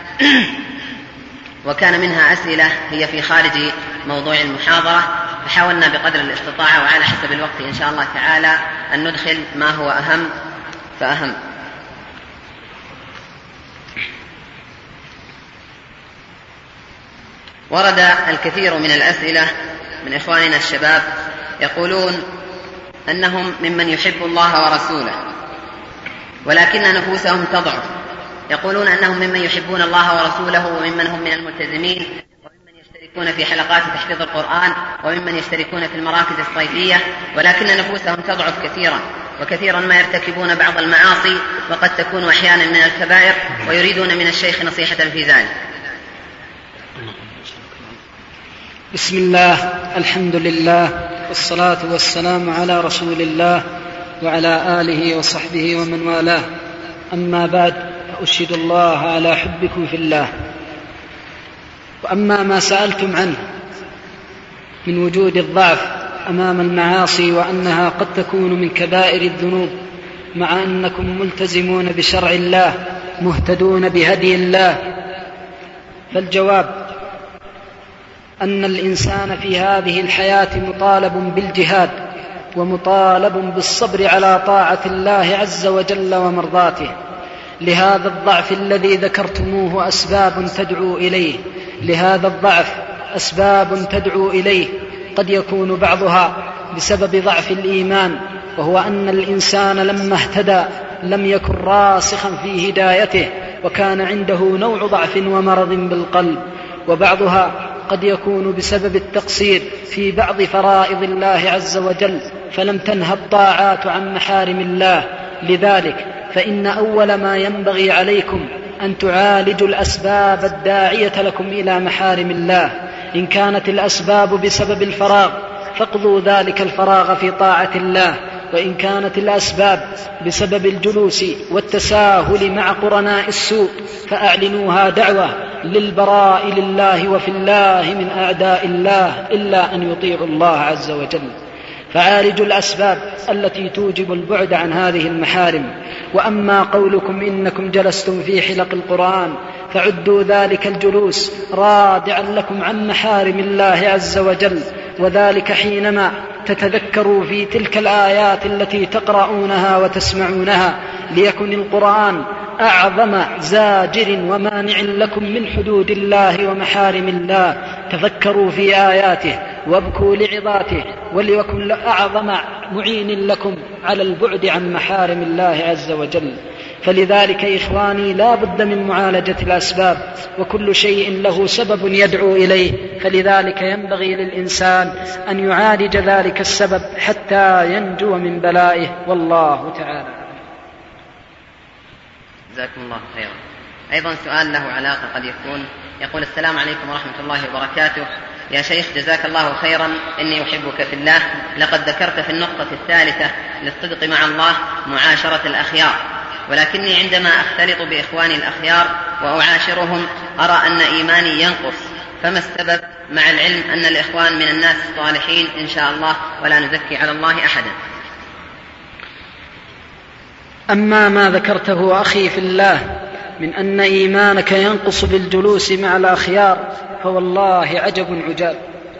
وكان منها أسئلة هي في خارج موضوع المحاضرة، فحاولنا بقدر الاستطاعة وعلى حسب الوقت إن شاء الله تعالى أن ندخل ما هو أهم فأهم. ورد الكثير من الأسئلة من إخواننا الشباب يقولون أنهم ممن يحب الله ورسوله ولكن نفوسهم تضعف، يقولون أنهم ممن يحبون الله ورسوله وممن هم من الملتزمين وممن يشتركون في حلقات تحفيظ القرآن وممن يشتركون في المراكز الصيفية، ولكن نفوسهم تضعف كثيرا، وكثيرا ما يرتكبون بعض المعاصي وقد تكون أحيانا من الكبائر، ويريدون من الشيخ نصيحة في ذلك. بسم الله، الحمد لله، والصلاة والسلام على رسول الله وعلى آله وصحبه ومن والاه. أما بعد، فأشهد الله على حبكم في الله. وأما ما سألتم عنه من وجود الضعف أمام المعاصي وأنها قد تكون من كبائر الذنوب مع أنكم ملتزمون بشرع الله مهتدون بهدي الله، فالجواب أن الإنسان في هذه الحياة مطالب بالجهاد ومطالب بالصبر على طاعة الله عز وجل ومرضاته، لهذا الضعف الذي ذكرتموه أسباب تدعو إليه لهذا الضعف أسباب تدعو إليه قد يكون بعضها بسبب ضعف الإيمان، وهو أن الإنسان لما اهتدى لم يكن راسخا في هدايته وكان عنده نوع ضعف ومرض بالقلب. وبعضها قد يكون بسبب التقصير في بعض فرائض الله عز وجل فلم تنهى الطاعات عن محارم الله. لذلك فإن أول ما ينبغي عليكم أن تعالجوا الأسباب الداعية لكم إلى محارم الله. إن كانت الأسباب بسبب الفراغ فاقضوا ذلك الفراغ في طاعة الله، وإن كانت الأسباب بسبب الجلوس والتساهل مع قرناء السوء فأعلنوها دعوة للبراء لله وفي الله من أعداء الله إلا أن يطيعوا الله عز وجل. فعالجوا الأسباب التي توجب البعد عن هذه المحارم. وأما قولكم إنكم جلستم في حلق القرآن فعدوا ذلك الجلوس رادعا لكم عن محارم الله عز وجل، وذلك حينما تتذكروا في تلك الآيات التي تقرؤونها وتسمعونها، ليكن القرآن أعظم زاجر ومانع لكم من حدود الله ومحارم الله. تذكروا في آياته وابكوا لعظاته، وليكن أعظم معين لكم على البعد عن محارم الله عز وجل. فلذلك إخواني لا بد من معالجة الأسباب، وكل شيء له سبب يدعو إليه، فلذلك ينبغي للإنسان أن يعالج ذلك السبب حتى ينجو من بلائه، والله تعالى. جزاكم الله خيرا. أيضا سؤال له علاقة قد يكون، يقول: السلام عليكم ورحمة الله وبركاته. يا شيخ جزاك الله خيرا، إني أحبك في الله. لقد ذكرت في النقطة الثالثة للصدق مع الله معاشرة الأخيار، ولكني عندما أختلط بإخواني الأخيار وأعاشرهم أرى أن إيماني ينقص، فما السبب مع العلم أن الإخوان من الناس الصالحين إن شاء الله ولا نزكي على الله أحدا؟ أما ما ذكرته أخي في الله من أن إيمانك ينقص بالجلوس مع الأخيار فوالله عجب عجاب.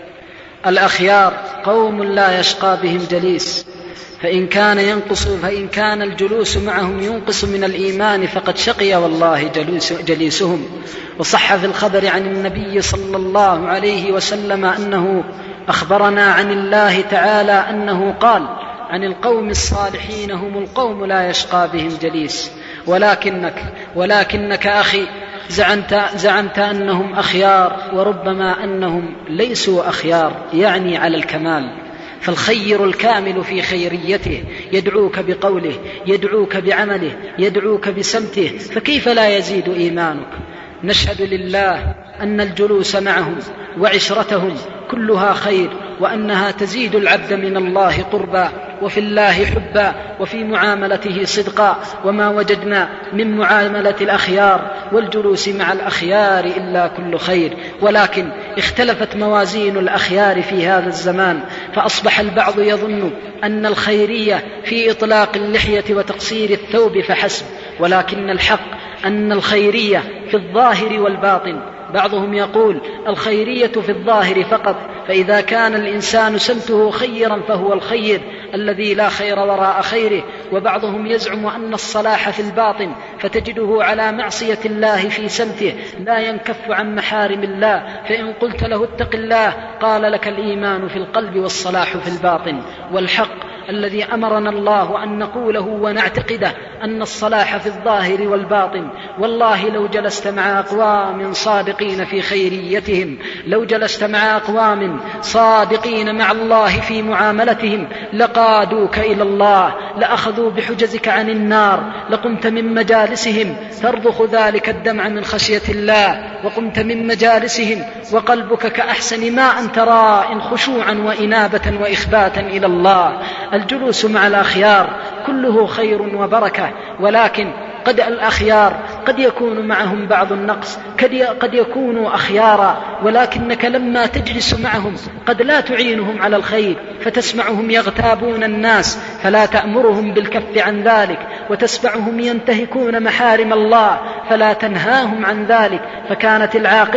الأخيار قوم لا يشقى بهم جليس، فإن كان ينقص فإن كان الجلوس معهم ينقص من الإيمان فقد شقي والله جلوس جليسهم. وصح في الخبر عن النبي صلى الله عليه وسلم أنه أخبرنا عن الله تعالى أنه قال عن القوم الصالحين: هم القوم لا يشقى بهم جليس. ولكنك ولكنك أخي زعمت, زعمت أنهم أخيار، وربما أنهم ليسوا أخيار، يعني على الكمال. فالخير الكامل في خيريته يدعوك بقوله، يدعوك بعمله، يدعوك بسمته، فكيف لا يزيد إيمانك؟ نشهد لله أن الجلوس معهم وعشرتهم كلها خير، وأنها تزيد العبد من الله قربا وفي الله حبا وفي معاملته صدقا، وما وجدنا من معاملة الأخيار والجلوس مع الأخيار إلا كل خير. ولكن اختلفت موازين الأخيار في هذا الزمان، فأصبح البعض يظن أن الخيرية في إطلاق اللحية وتقصير الثوب فحسب، ولكن الحق أن الخيرية في الظاهر والباطن. بعضهم يقول الخيرية في الظاهر فقط، فإذا كان الإنسان سمته خيرا فهو الخير الذي لا خير وراء خيره. وبعضهم يزعم أن الصلاح في الباطن، فتجده على معصية الله في سمته لا ينكف عن محارم الله، فإن قلت له اتق الله قال لك الإيمان في القلب والصلاح في الباطن. والحق الذي أمرنا الله أن نقوله ونعتقده أن الصلاح في الظاهر والباطن. والله لو جلست مع أقوام صادقين في خيريتهم، لو جلست مع أقوام صادقين مع الله في معاملتهم لقادوك إلى الله، لأخذوا بحجزك عن النار، لقمت من مجالسهم ترضخ ذلك الدمع من خشية الله، وقمت من مجالسهم وقلبك كأحسن ما أن ترى إن خشوعا وإنابة وإخباتا إلى الله. الجلوس مع الأخيار كله خير وبركة، ولكن قد الأخيار قد يكون معهم بعض النقص، قد يكونوا أخيارا، ولكنك لما تجلس معهم قد لا تعينهم على الخير، فتسمعهم يغتابون الناس فلا تأمرهم بالكف عن ذلك، وتسمعهم ينتهكون محارم الله فلا تنهاهم عن ذلك، فكانت العاقبة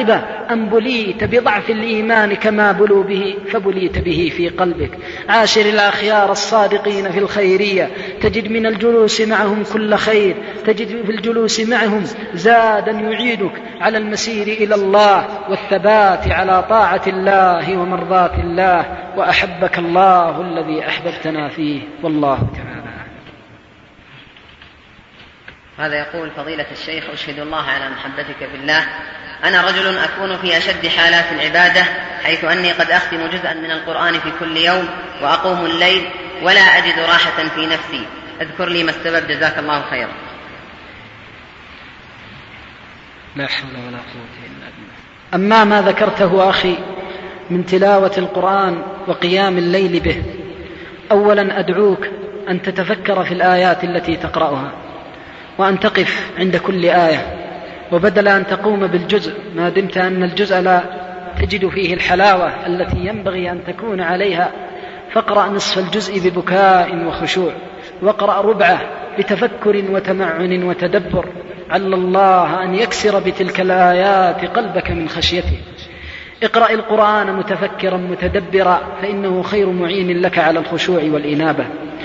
أم بليت بضعف الإيمان كما بلوا به فبليت به في قلبك. عاشر الأخيار الصادقين في الخيرية، تجد من الجلوس معهم كل خير، تجد في الجلوس معهم زادا يعيدك على المسير إلى الله والثبات على طاعة الله ومرضاة الله. وأحبك الله الذي أحببتنا فيه، والله تعالى. هذا يقول: فضيلة الشيخ، أشهد الله على محبتك بالله، أنا رجل أكون في أشد حالات العبادة، حيث أني قد أختم جزءا من القرآن في كل يوم وأقوم الليل ولا أجد راحة في نفسي، اذكر لي ما السبب، جزاك الله خيرا. لا حول ولا قوة إلا بالله. أما ما ذكرته أخي من تلاوة القرآن وقيام الليل به، أولا أدعوك أن تتفكر في الآيات التي تقرأها، وأن تقف عند كل آية، وبدل أن تقوم بالجزء ما دمت أن الجزء لا تجد فيه الحلاوة التي ينبغي أن تكون عليها، فاقرأ نصف الجزء ببكاء وخشوع، واقرأ ربعه بتفكر وتمعن وتدبر، عل الله أن يكسر بتلك الآيات قلبك من خشيته. اقرأ القرآن متفكرا متدبرا، فإنه خير معين لك على الخشوع والإنابة.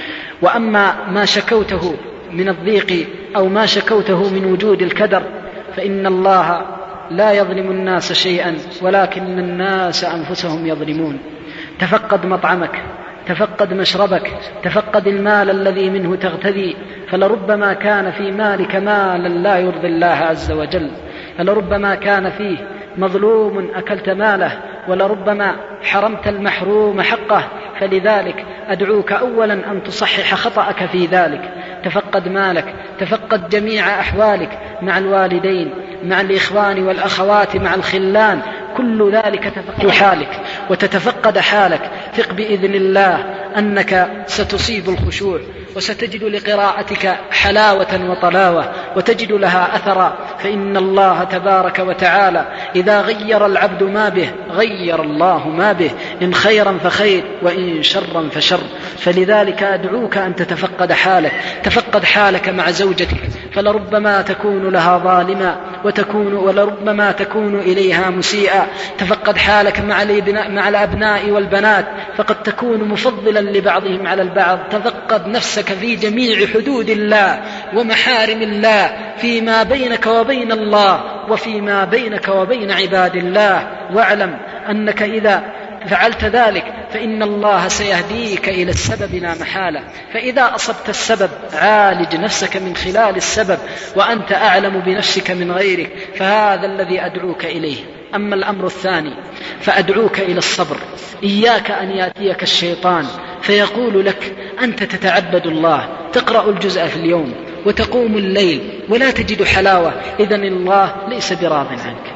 وأما ما شكوته من الضيق أو ما شكوته من وجود الكدر، فإن الله لا يظلم الناس شيئا، ولكن الناس أنفسهم يظلمون. تفقد مطعمك، تفقد مشربك، تفقد المال الذي منه تغتدي، فلربما كان في مالك مالا لا يرضي الله عز وجل، فلربما كان فيه مظلوم أكلت ماله، ولربما حرمت المحروم حقه. فلذلك أدعوك أولا أن تصحح خطأك في ذلك. تفقد مالك، تفقد جميع أحوالك مع الوالدين، مع الإخوان والأخوات، مع الخلان، كل ذلك تفقد حالك وتتفقد حالك. ثق بإذن الله أنك ستصيب الخشوع، وستجد لقراءتك حلاوة وطلاوة، وتجد لها أثرا. فإن الله تبارك وتعالى إذا غير العبد ما به غير الله ما به، إن خيرا فخير وإن شرا فشر. فلذلك أدعوك أن تتفقد حالك. تفقد حالك مع زوجتك، فلربما تكون لها ظالما وتكون ولربما تكون إليها مسيئا. تفقد حالك مع مع الأبناء والبنات، فقد تكون مفضلا لبعضهم على البعض. تفقد نفسك في جميع حدود الله ومحارم الله، فيما بينك وبين الله وفيما بينك وبين عباد الله. واعلم أنك إذا فعلت ذلك فإن الله سيهديك إلى السبب لا محالة. فإذا أصبت السبب عالج نفسك من خلال السبب، وأنت أعلم بنفسك من غيرك، فهذا الذي أدعوك إليه. أما الأمر الثاني فأدعوك إلى الصبر. إياك أن يأتيك الشيطان فيقول لك أنت تتعبد الله، تقرأ الجزء في اليوم وتقوم الليل ولا تجد حلاوة، إذن الله ليس براض عنك.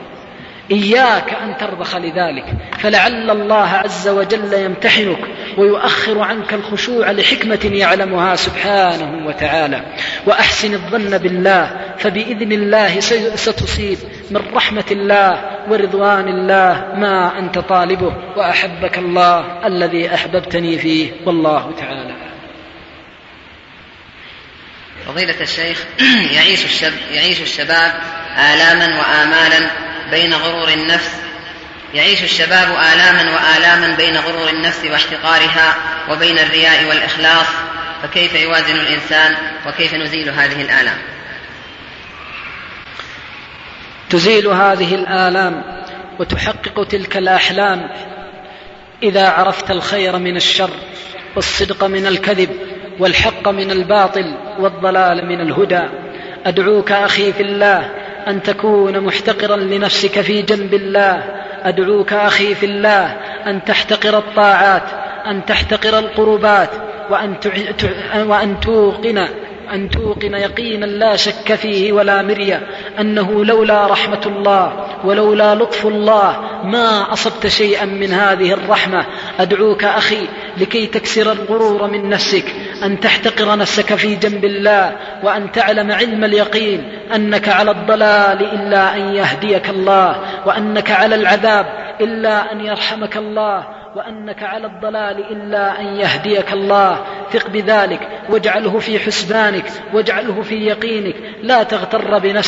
إياك أن ترضخ لذلك، فلعل الله عز وجل يمتحنك ويؤخر عنك الخشوع لحكمة يعلمها سبحانه وتعالى. وأحسن الظن بالله، فبإذن الله ستصيب من رحمة الله ورضوان الله ما أنت طالبه. وأحبك الله الذي أحببتني فيه، والله تعالى. فضيلة الشيخ، يعيش الشب يعيش الشباب آلاما وآمالا بين غرور النفس يعيش الشباب آلاما وآلاما بين غرور النفس واحتقارها، وبين الرياء والإخلاص، فكيف يوازن الإنسان، وكيف نزيل هذه الآلام؟ تزيل هذه الآلام وتحقق تلك الأحلام إذا عرفت الخير من الشر، والصدق من الكذب، والحق من الباطل، والضلال من الهدى. أدعوك أخي في الله أن تكون محتقرا لنفسك في جنب الله. أدعوك أخي في الله أن تحتقر الطاعات، أن تحتقر القربات، وأن, وأن توقن أن توقن يقينا لا شك فيه ولا مرية أنه لولا رحمة الله ولولا لطف الله ما أصبت شيئا من هذه الرحمة. أدعوك أخي لكي تكسر الغرور من نفسك أن تحتقر نفسك في جنب الله، وأن تعلم علم اليقين أنك على الضلال إلا أن يهديك الله، وأنك على العذاب إلا أن يرحمك الله، وأنك على الضلال إلا أن يهديك الله. ثق بذلك واجعله في حسبانك، واجعله في يقينك. لا تغتر بنفسك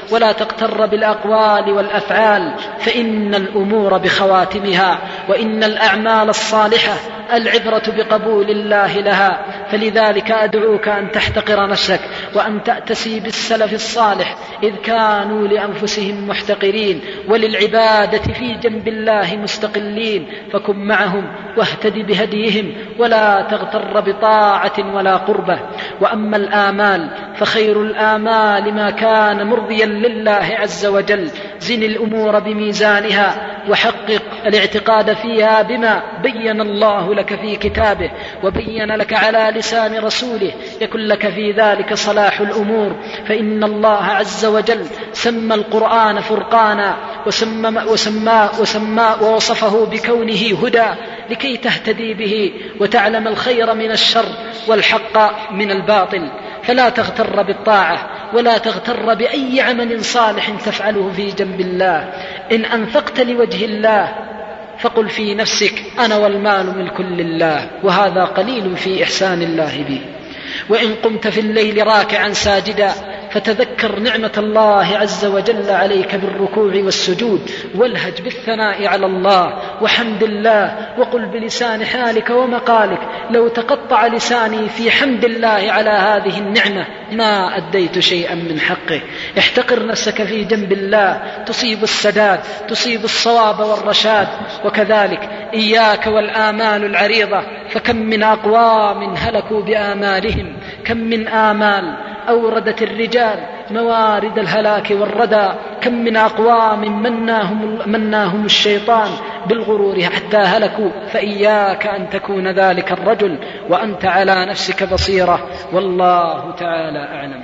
ولا تغتر بالأقوال والأفعال، فإن الأمور بخواتمها، وإن الأعمال الصالحة العبرة بقبول الله لها. فلذلك أدعوك أن تحتقر نفسك وأن تأتسي بالسلف الصالح، إذ كانوا لأنفسهم محتقرين وللعبادة في جنب الله مستقلين، فكن معهم واهتدي بهديهم ولا تغتر بطاعة ولا قربة. وأما الآمال فخير الآمال ما كان مرضيا لله عز وجل. زن الأمور بميزانها وحقق الاعتقاد فيها بما بين الله لك في كتابه وبين لك على لسان رسوله، يكن لك في ذلك صلاح الأمور. فإن الله عز وجل سمى القرآن فرقانا وسمى وسمى وسمى ووصفه بكونه هدى لكي تهتدي به وتعلم الخير من الشر والحق من الباطل. فلا تغتر بالطاعة ولا تغتر بأي عمل صالح تفعله في جنب الله. إن أنفقت لوجه الله فقل في نفسك أنا والمال ملك لله، وهذا قليل في إحسان الله به. وإن قمت في الليل راكعا ساجدا فتذكر نعمة الله عز وجل عليك بالركوع والسجود، والهج بالثناء على الله وحمد الله، وقل بلسان حالك ومقالك لو تقطع لساني في حمد الله على هذه النعمة ما أديت شيئا من حقه. احتقر نفسك في جنب الله تصيب السداد، تصيب الصواب والرشاد. وكذلك إياك والآمال العريضة، فكم من أقوام هلكوا بآمالهم، كم من آمال أوردت الرجال موارد الهلاك والردى، كم من أقوام مناهم, مناهم الشيطان بالغرور حتى هلكوا. فإياك أن تكون ذلك الرجل وأنت على نفسك بصيرة، والله تعالى أعلم.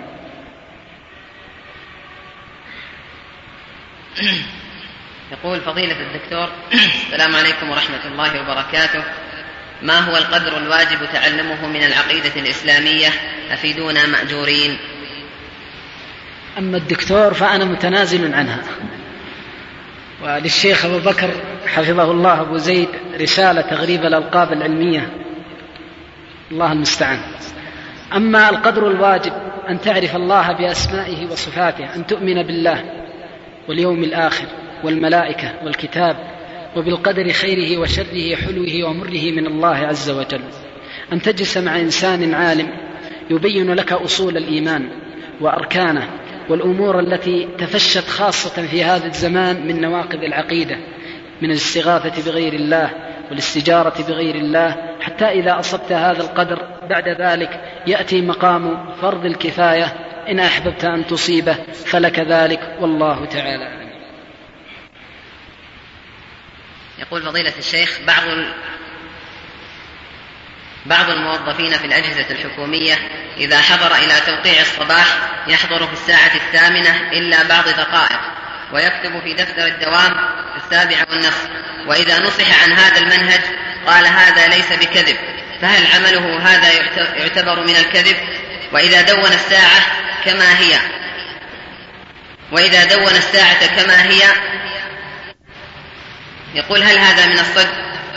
يقول فضيلة الدكتور: السلام عليكم ورحمة الله وبركاته، ما هو القدر الواجب تعلمه من العقيدة الإسلامية؟ أفيدونا مأجورين. أما الدكتور فأنا متنازل عنها، وللشيخ أبو بكر حفظه الله أبو زيد رسالة تغريب الألقاب العلمية، الله المستعان. أما القدر الواجب أن تعرف الله بأسمائه وصفاته، أن تؤمن بالله واليوم الآخر والملائكة والكتاب وبالقدر خيره وشره حلوه ومره من الله عز وجل، أن تجلس مع إنسان عالم يبين لك أصول الإيمان وأركانه والأمور التي تفشت خاصة في هذا الزمان من نواقض العقيدة، من الاستغاثة بغير الله والاستجارة بغير الله، حتى إذا أصبت هذا القدر بعد ذلك يأتي مقام فرض الكفاية إن أحببت أن تصيبه فلك ذلك، والله تعالى أعلم. يقول فضيلة الشيخ: بعض بعض الموظفين في الأجهزة الحكومية إذا حضر إلى توقيع الصباح يحضر في الساعة الثامنة إلا بعض دقائق ويكتب في دفتر الدوام السابعة والنصف، وإذا نصح عن هذا المنهج قال هذا ليس بكذب، فهل عمله هذا يعتبر من الكذب؟ وإذا دون الساعة كما هي وإذا دون الساعة كما هي يقول هل هذا من الصدق؟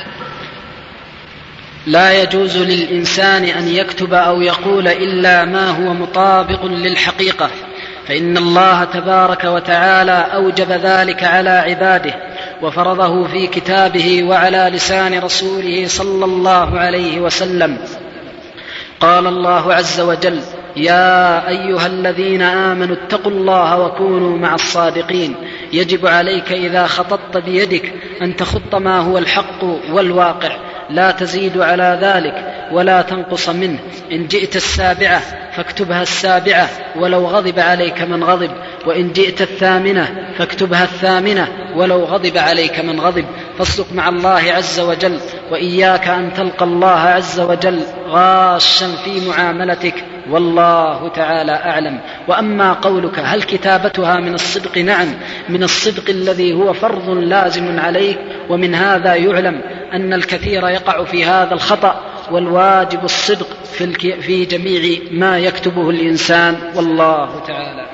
لا يجوز للإنسان أن يكتب أو يقول إلا ما هو مطابق للحقيقة، فإن الله تبارك وتعالى أوجب ذلك على عباده وفرضه في كتابه وعلى لسان رسوله صلى الله عليه وسلم. قال الله عز وجل: يا أيها الذين آمنوا اتقوا الله وكونوا مع الصادقين. يجب عليك إذا خططت بيدك أن تخط ما هو الحق والواقع، لا تزيد على ذلك ولا تنقص منه. إن جئت السابعة فاكتبها السابعة ولو غضب عليك من غضب، وإن جئت الثامنة فاكتبها الثامنة ولو غضب عليك من غضب. فاصدق مع الله عز وجل، وإياك أن تلقى الله عز وجل غاشا في معاملتك، والله تعالى أعلم. وأما قولك هل كتابتها من الصدق؟ نعم، من الصدق الذي هو فرض لازم عليك، ومن هذا يعلم أن الكثير يقع في هذا الخطأ، والواجب الصدق في جميع ما يكتبه الإنسان، والله تعالى.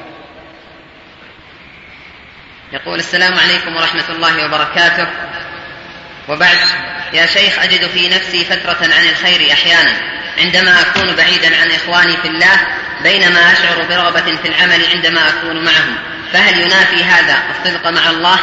يقول: السلام عليكم ورحمة الله وبركاته، وبعد، يا شيخ، أجد في نفسي فترة عن الخير أحيانا عندما أكون بعيدا عن إخواني في الله، بينما أشعر برغبة في العمل عندما أكون معهم، فهل ينافي هذا الصدق مع الله؟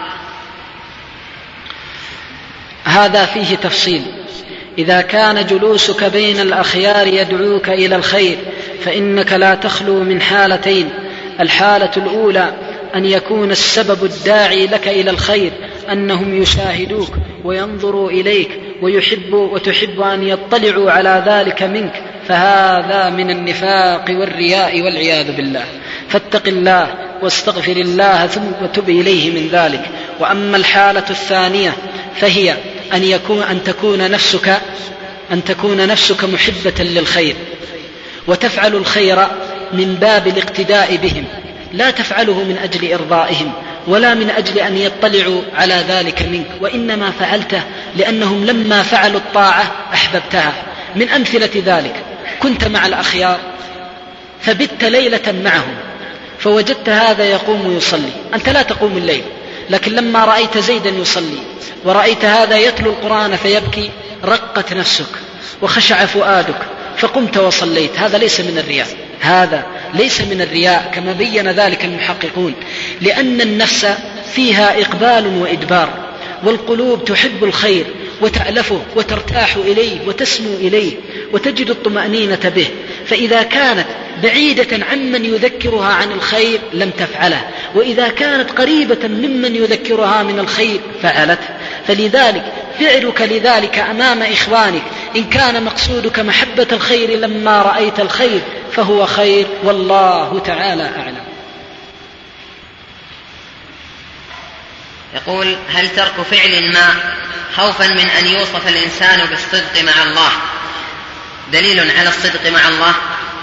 هذا فيه تفصيل. إذا كان جلوسك بين الأخيار يدعوك إلى الخير فإنك لا تخلو من حالتين: الحالة الأولى أن يكون السبب الداعي لك إلى الخير أنهم يشاهدوك وينظروا إليك ويحبوا وتحب أن يطلعوا على ذلك منك، فهذا من النفاق والرياء والعياذ بالله، فاتق الله واستغفر الله ثم تب إليه من ذلك. وأما الحالة الثانية فهي أن يكون أن تكون نفسك أن تكون نفسك محبة للخير وتفعل الخير من باب الاقتداء بهم، لا تفعله من أجل إرضائهم ولا من أجل أن يطلعوا على ذلك منك، وإنما فعلته لأنهم لما فعلوا الطاعة أحببتها. من أمثلة ذلك: كنت مع الأخيار فبت ليلة معهم فوجدت هذا يقوم ويصلي، أنت لا تقوم الليل، لكن لما رأيت زيدا يصلي ورأيت هذا يتلو القرآن فيبكي رقت نفسك وخشع فؤادك فقمت وصليت. هذا ليس من الرياء، هذا ليس من الرياء كما بين ذلك المحققون، لأن النفس فيها إقبال وإدبار، والقلوب تحب الخير وتألفه وترتاح إليه وتسمو إليه وتجد الطمأنينة به، فإذا كانت بعيدة عمن يذكرها عن الخير لم تفعله، وإذا كانت قريبة ممن يذكرها من الخير فعلته. فلذلك فعلك لذلك أمام إخوانك إن كان مقصودك محبة الخير لما رأيت الخير فهو خير، والله تعالى أعلم. يقول: هل ترك فعل ما خوفا من أن يوصف الإنسان بالصدق مع الله دليل على الصدق مع الله؟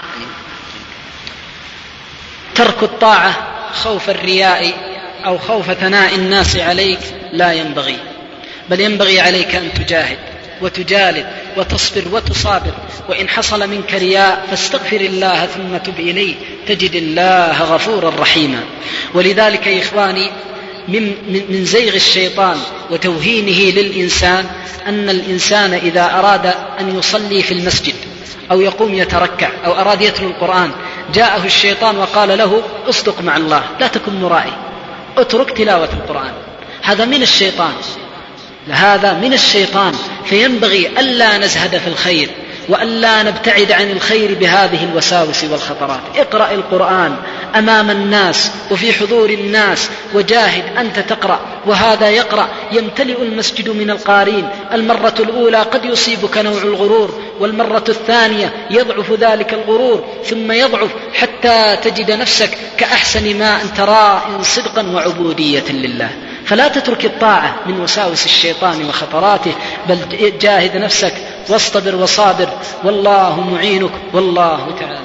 ترك الطاعة خوف الرياء أو خوف ثناء الناس عليك لا ينبغي، بل ينبغي عليك أن تجاهد وتجالد وتصبر وتصابر، وإن حصل منك رياء فاستغفر الله ثم تب إليه تجد الله غفورا رحيما. ولذلك يا إخواني من, من زيغ الشيطان وتوهينه للإنسان أن الإنسان إذا أراد أن يصلي في المسجد أو يقوم يتركع أو أراد يتلو القرآن جاءه الشيطان وقال له اصدق مع الله، لا تكن مرائي، اترك تلاوة القرآن. هذا من الشيطان، هذا من الشيطان. فينبغي ألا نزهد في الخير وألا نبتعد عن الخير بهذه الوساوس والخطرات. اقرأ القرآن أمام الناس وفي حضور الناس، وجاهد أنت تقرأ وهذا يقرأ، يمتلئ المسجد من القارين. المرة الأولى قد يصيبك نوع الغرور، والمرة الثانية يضعف ذلك الغرور ثم يضعف حتى تجد نفسك كأحسن ما أن تراه صدقا وعبودية لله. فلا تترك الطاعة من وساوس الشيطان وخطراته، بل جاهد نفسك واصطبر وصابر، والله معينك والله تعالى.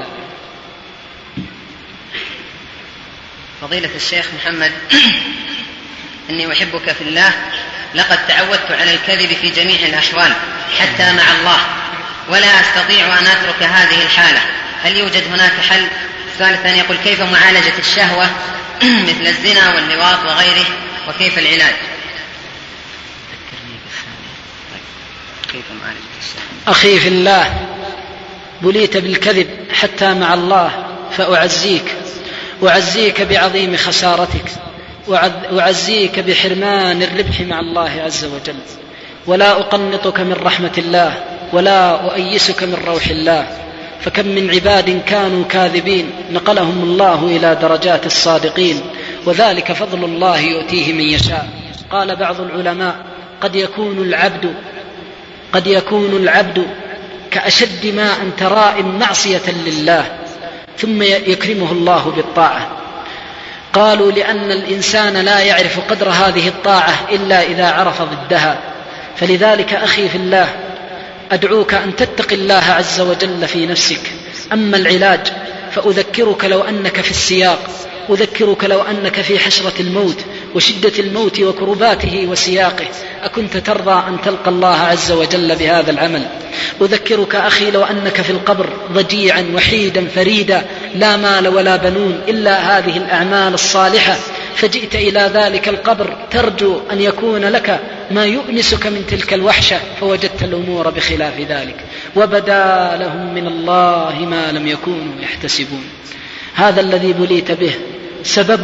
فضيلة الشيخ محمد، إني أحبك في الله، لقد تعودت على الكذب في جميع الأحوال حتى مع الله، ولا أستطيع أن أترك هذه الحالة، هل يوجد هناك حل؟ ثالثا يقول: كيف معالجة الشهوة مثل الزنا واللواط وغيره، وكيف العلاج؟ كيف معالجة الشهوة؟ أخي في الله، بليت بالكذب حتى مع الله، فأعزيك أعزيك بعظيم خسارتك، وأعزيك بحرمان الربح مع الله عز وجل، ولا أقنطك من رحمة الله ولا أؤيسك من روح الله. فكم من عباد كانوا كاذبين نقلهم الله إلى درجات الصادقين، وذلك فضل الله يؤتيه من يشاء. قال بعض العلماء: قد يكون العبد قد يكون العبد كأشد ماء تراء معصية لله ثم يكرمه الله بالطاعة. قالوا: لأن الإنسان لا يعرف قدر هذه الطاعة إلا إذا عرف ضدها. فلذلك أخي في الله، أدعوك أن تتق الله عز وجل في نفسك. أما العلاج فأذكرك لو أنك في السياق، أذكرك لو أنك في حشرة الموت وشدة الموت وكرباته وسياقه، أكنت ترضى أن تلقى الله عز وجل بهذا العمل؟ أذكرك أخي لو أنك في القبر ضجيعا وحيدا فريدا لا مال ولا بنون إلا هذه الأعمال الصالحة، فجئت إلى ذلك القبر ترجو أن يكون لك ما يؤنسك من تلك الوحشة، فوجدت الأمور بخلاف ذلك، وبدا لهم من الله ما لم يكونوا يحتسبون. هذا الذي بليت به سببه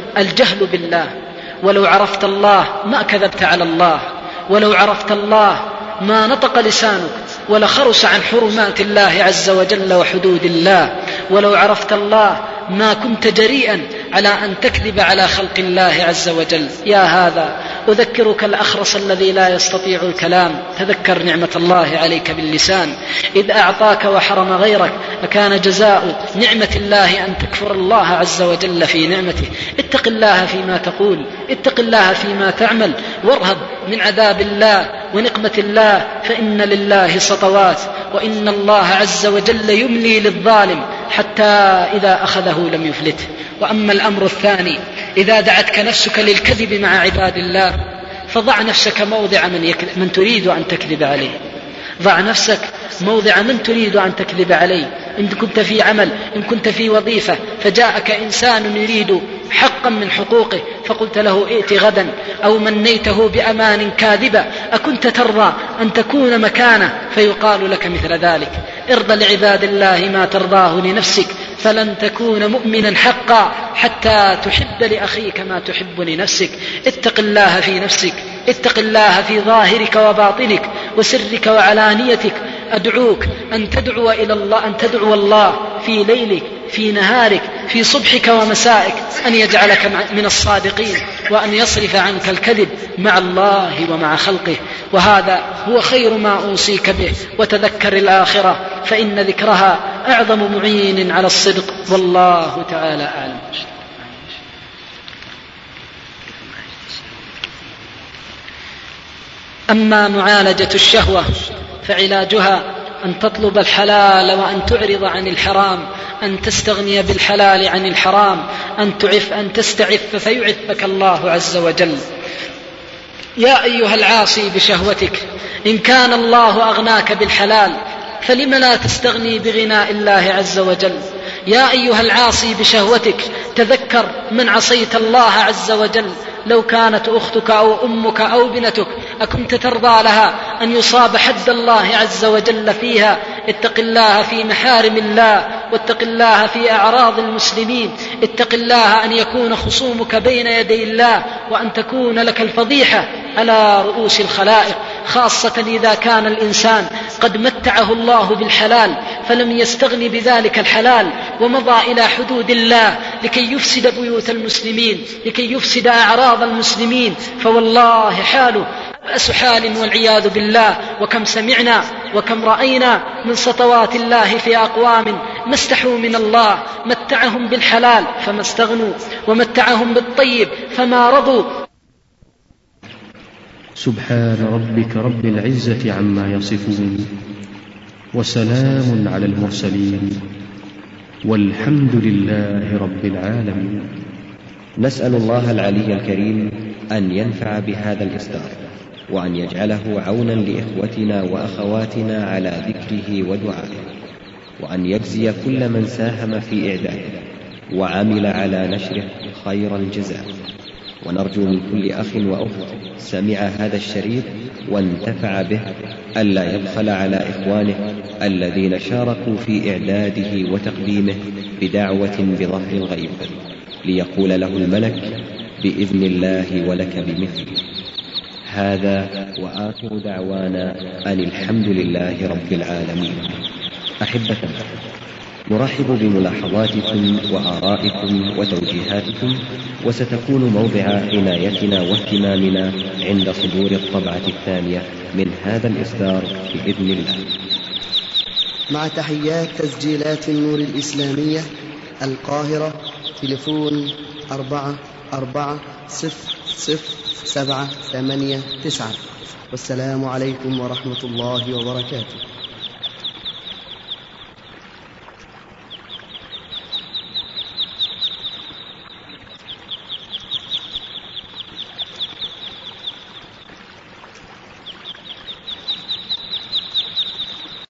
الجهل بالله. ولو عرفت الله ما كذبت على الله، ولو عرفت الله ما نطق لسانك ولخرس عن حرمات الله عز وجل وحدود الله، ولو عرفت الله ما كنت جريئا على أن تكذب على خلق الله عز وجل. يا هذا أذكرك الأخرس الذي لا يستطيع الكلام، تذكر نعمة الله عليك باللسان إذ أعطاك وحرم غيرك، أكان جزاء نعمة الله أن تكفر الله عز وجل في نعمته؟ اتق الله فيما تقول، اتق الله فيما تعمل، وارهب من عذاب الله ونقمة الله، فإن لله سطوات، وإن الله عز وجل يملي للظالم حتى إذا أخذه لم يفلته. وأما الأمر الثاني، إذا دعتك نفسك للكذب مع عباد الله فضع نفسك موضع من, من تريد أن تكذب عليه، ضع نفسك موضع من تريد أن تكذب عليه. إن كنت في عمل، إن كنت في وظيفة، فجاءك إنسان يريد حقا من حقوقه فقلت له ائت غدا، أو منيته بأمان كاذبة، أكنت ترضى أن تكون مكانه؟ فيقال لك مثل ذلك. ارضى لعباد الله ما ترضاه لنفسك، فلن تكون مؤمنا حقا حتى تحب لأخيك ما تحب لنفسك. اتق الله في نفسك، اتق الله في ظاهرك وباطنك وسرك وعلانيتك. أدعوك أن تدعو إلى الله، أن تدعو الله في ليلك، في نهارك، في صبحك ومسائك، أن يجعلك من الصادقين، وأن يصرف عنك الكذب مع الله ومع خلقه. وهذا هو خير ما أوصيك به. وتذكر الآخرة فإن ذكرها أعظم معين على الصدق، والله تعالى أعلم. أما معالجة الشهوة فعلاجها أن تطلب الحلال وأن تعرض عن الحرام، أن تستغني بالحلال عن الحرام، أن تعف، أن تستعف فيعفك الله عز وجل. يا أيها العاصي بشهوتك، إن كان الله أغناك بالحلال فلم لا تستغني بغناء الله عز وجل؟ يا أيها العاصي بشهوتك، تذكر من عصيت الله عز وجل، لو كانت أختك أو أمك أو بنتك أكنت ترضى لها أن يصاب حد الله عز وجل فيها؟ اتق الله في محارم الله، واتق الله في أعراض المسلمين. اتق الله أن يكون خصومك بين يدي الله، وأن تكون لك الفضيحة على رؤوس الخلائق، خاصة إذا كان الإنسان قد متعه الله بالحلال فلم يستغن بذلك الحلال ومضى إلى حدود الله لكي يفسد بيوت المسلمين، لكي يفسد أعراض المسلمين، فوالله حاله بأس حال والعياذ بالله. وكم سمعنا وكم رأينا من سطوات الله في أقوام ما استحوا من الله، متعهم بالحلال فما استغنوا، ومتعهم بالطيب فما رضوا. سبحان ربك رب العزة عما يصفون، وسلام على المرسلين، والحمد لله رب العالمين. نسأل الله العلي الكريم أن ينفع بهذا الإصدار، وأن يجعله عونا لإخوتنا وأخواتنا على ذكره ودعائه، وأن يجزي كل من ساهم في إعداده وعمل على نشره خير الجزاء. ونرجو من كل أخ وأخت سمع هذا الشريط وانتفع به ألا يبخل على إخوانه الذين شاركوا في إعداده وتقديمه بدعوة بظهر الغيب، ليقول له الملك بإذن الله ولك بمثله. هذا وآخر دعوانا أن الحمد لله رب العالمين. أحبتنا، نرحب بملاحظاتكم وآرائكم وتوجيهاتكم، وستكون موضع عنايتنا واهتمامنا عند صدور الطبعة الثانية من هذا الإصدار بإذن الله. مع تحيات تسجيلات النور الإسلامية القاهرة، تليفون أربعة أربعة صفر صفر سبعة ثمانية تسعة. والسلام عليكم ورحمة الله وبركاته.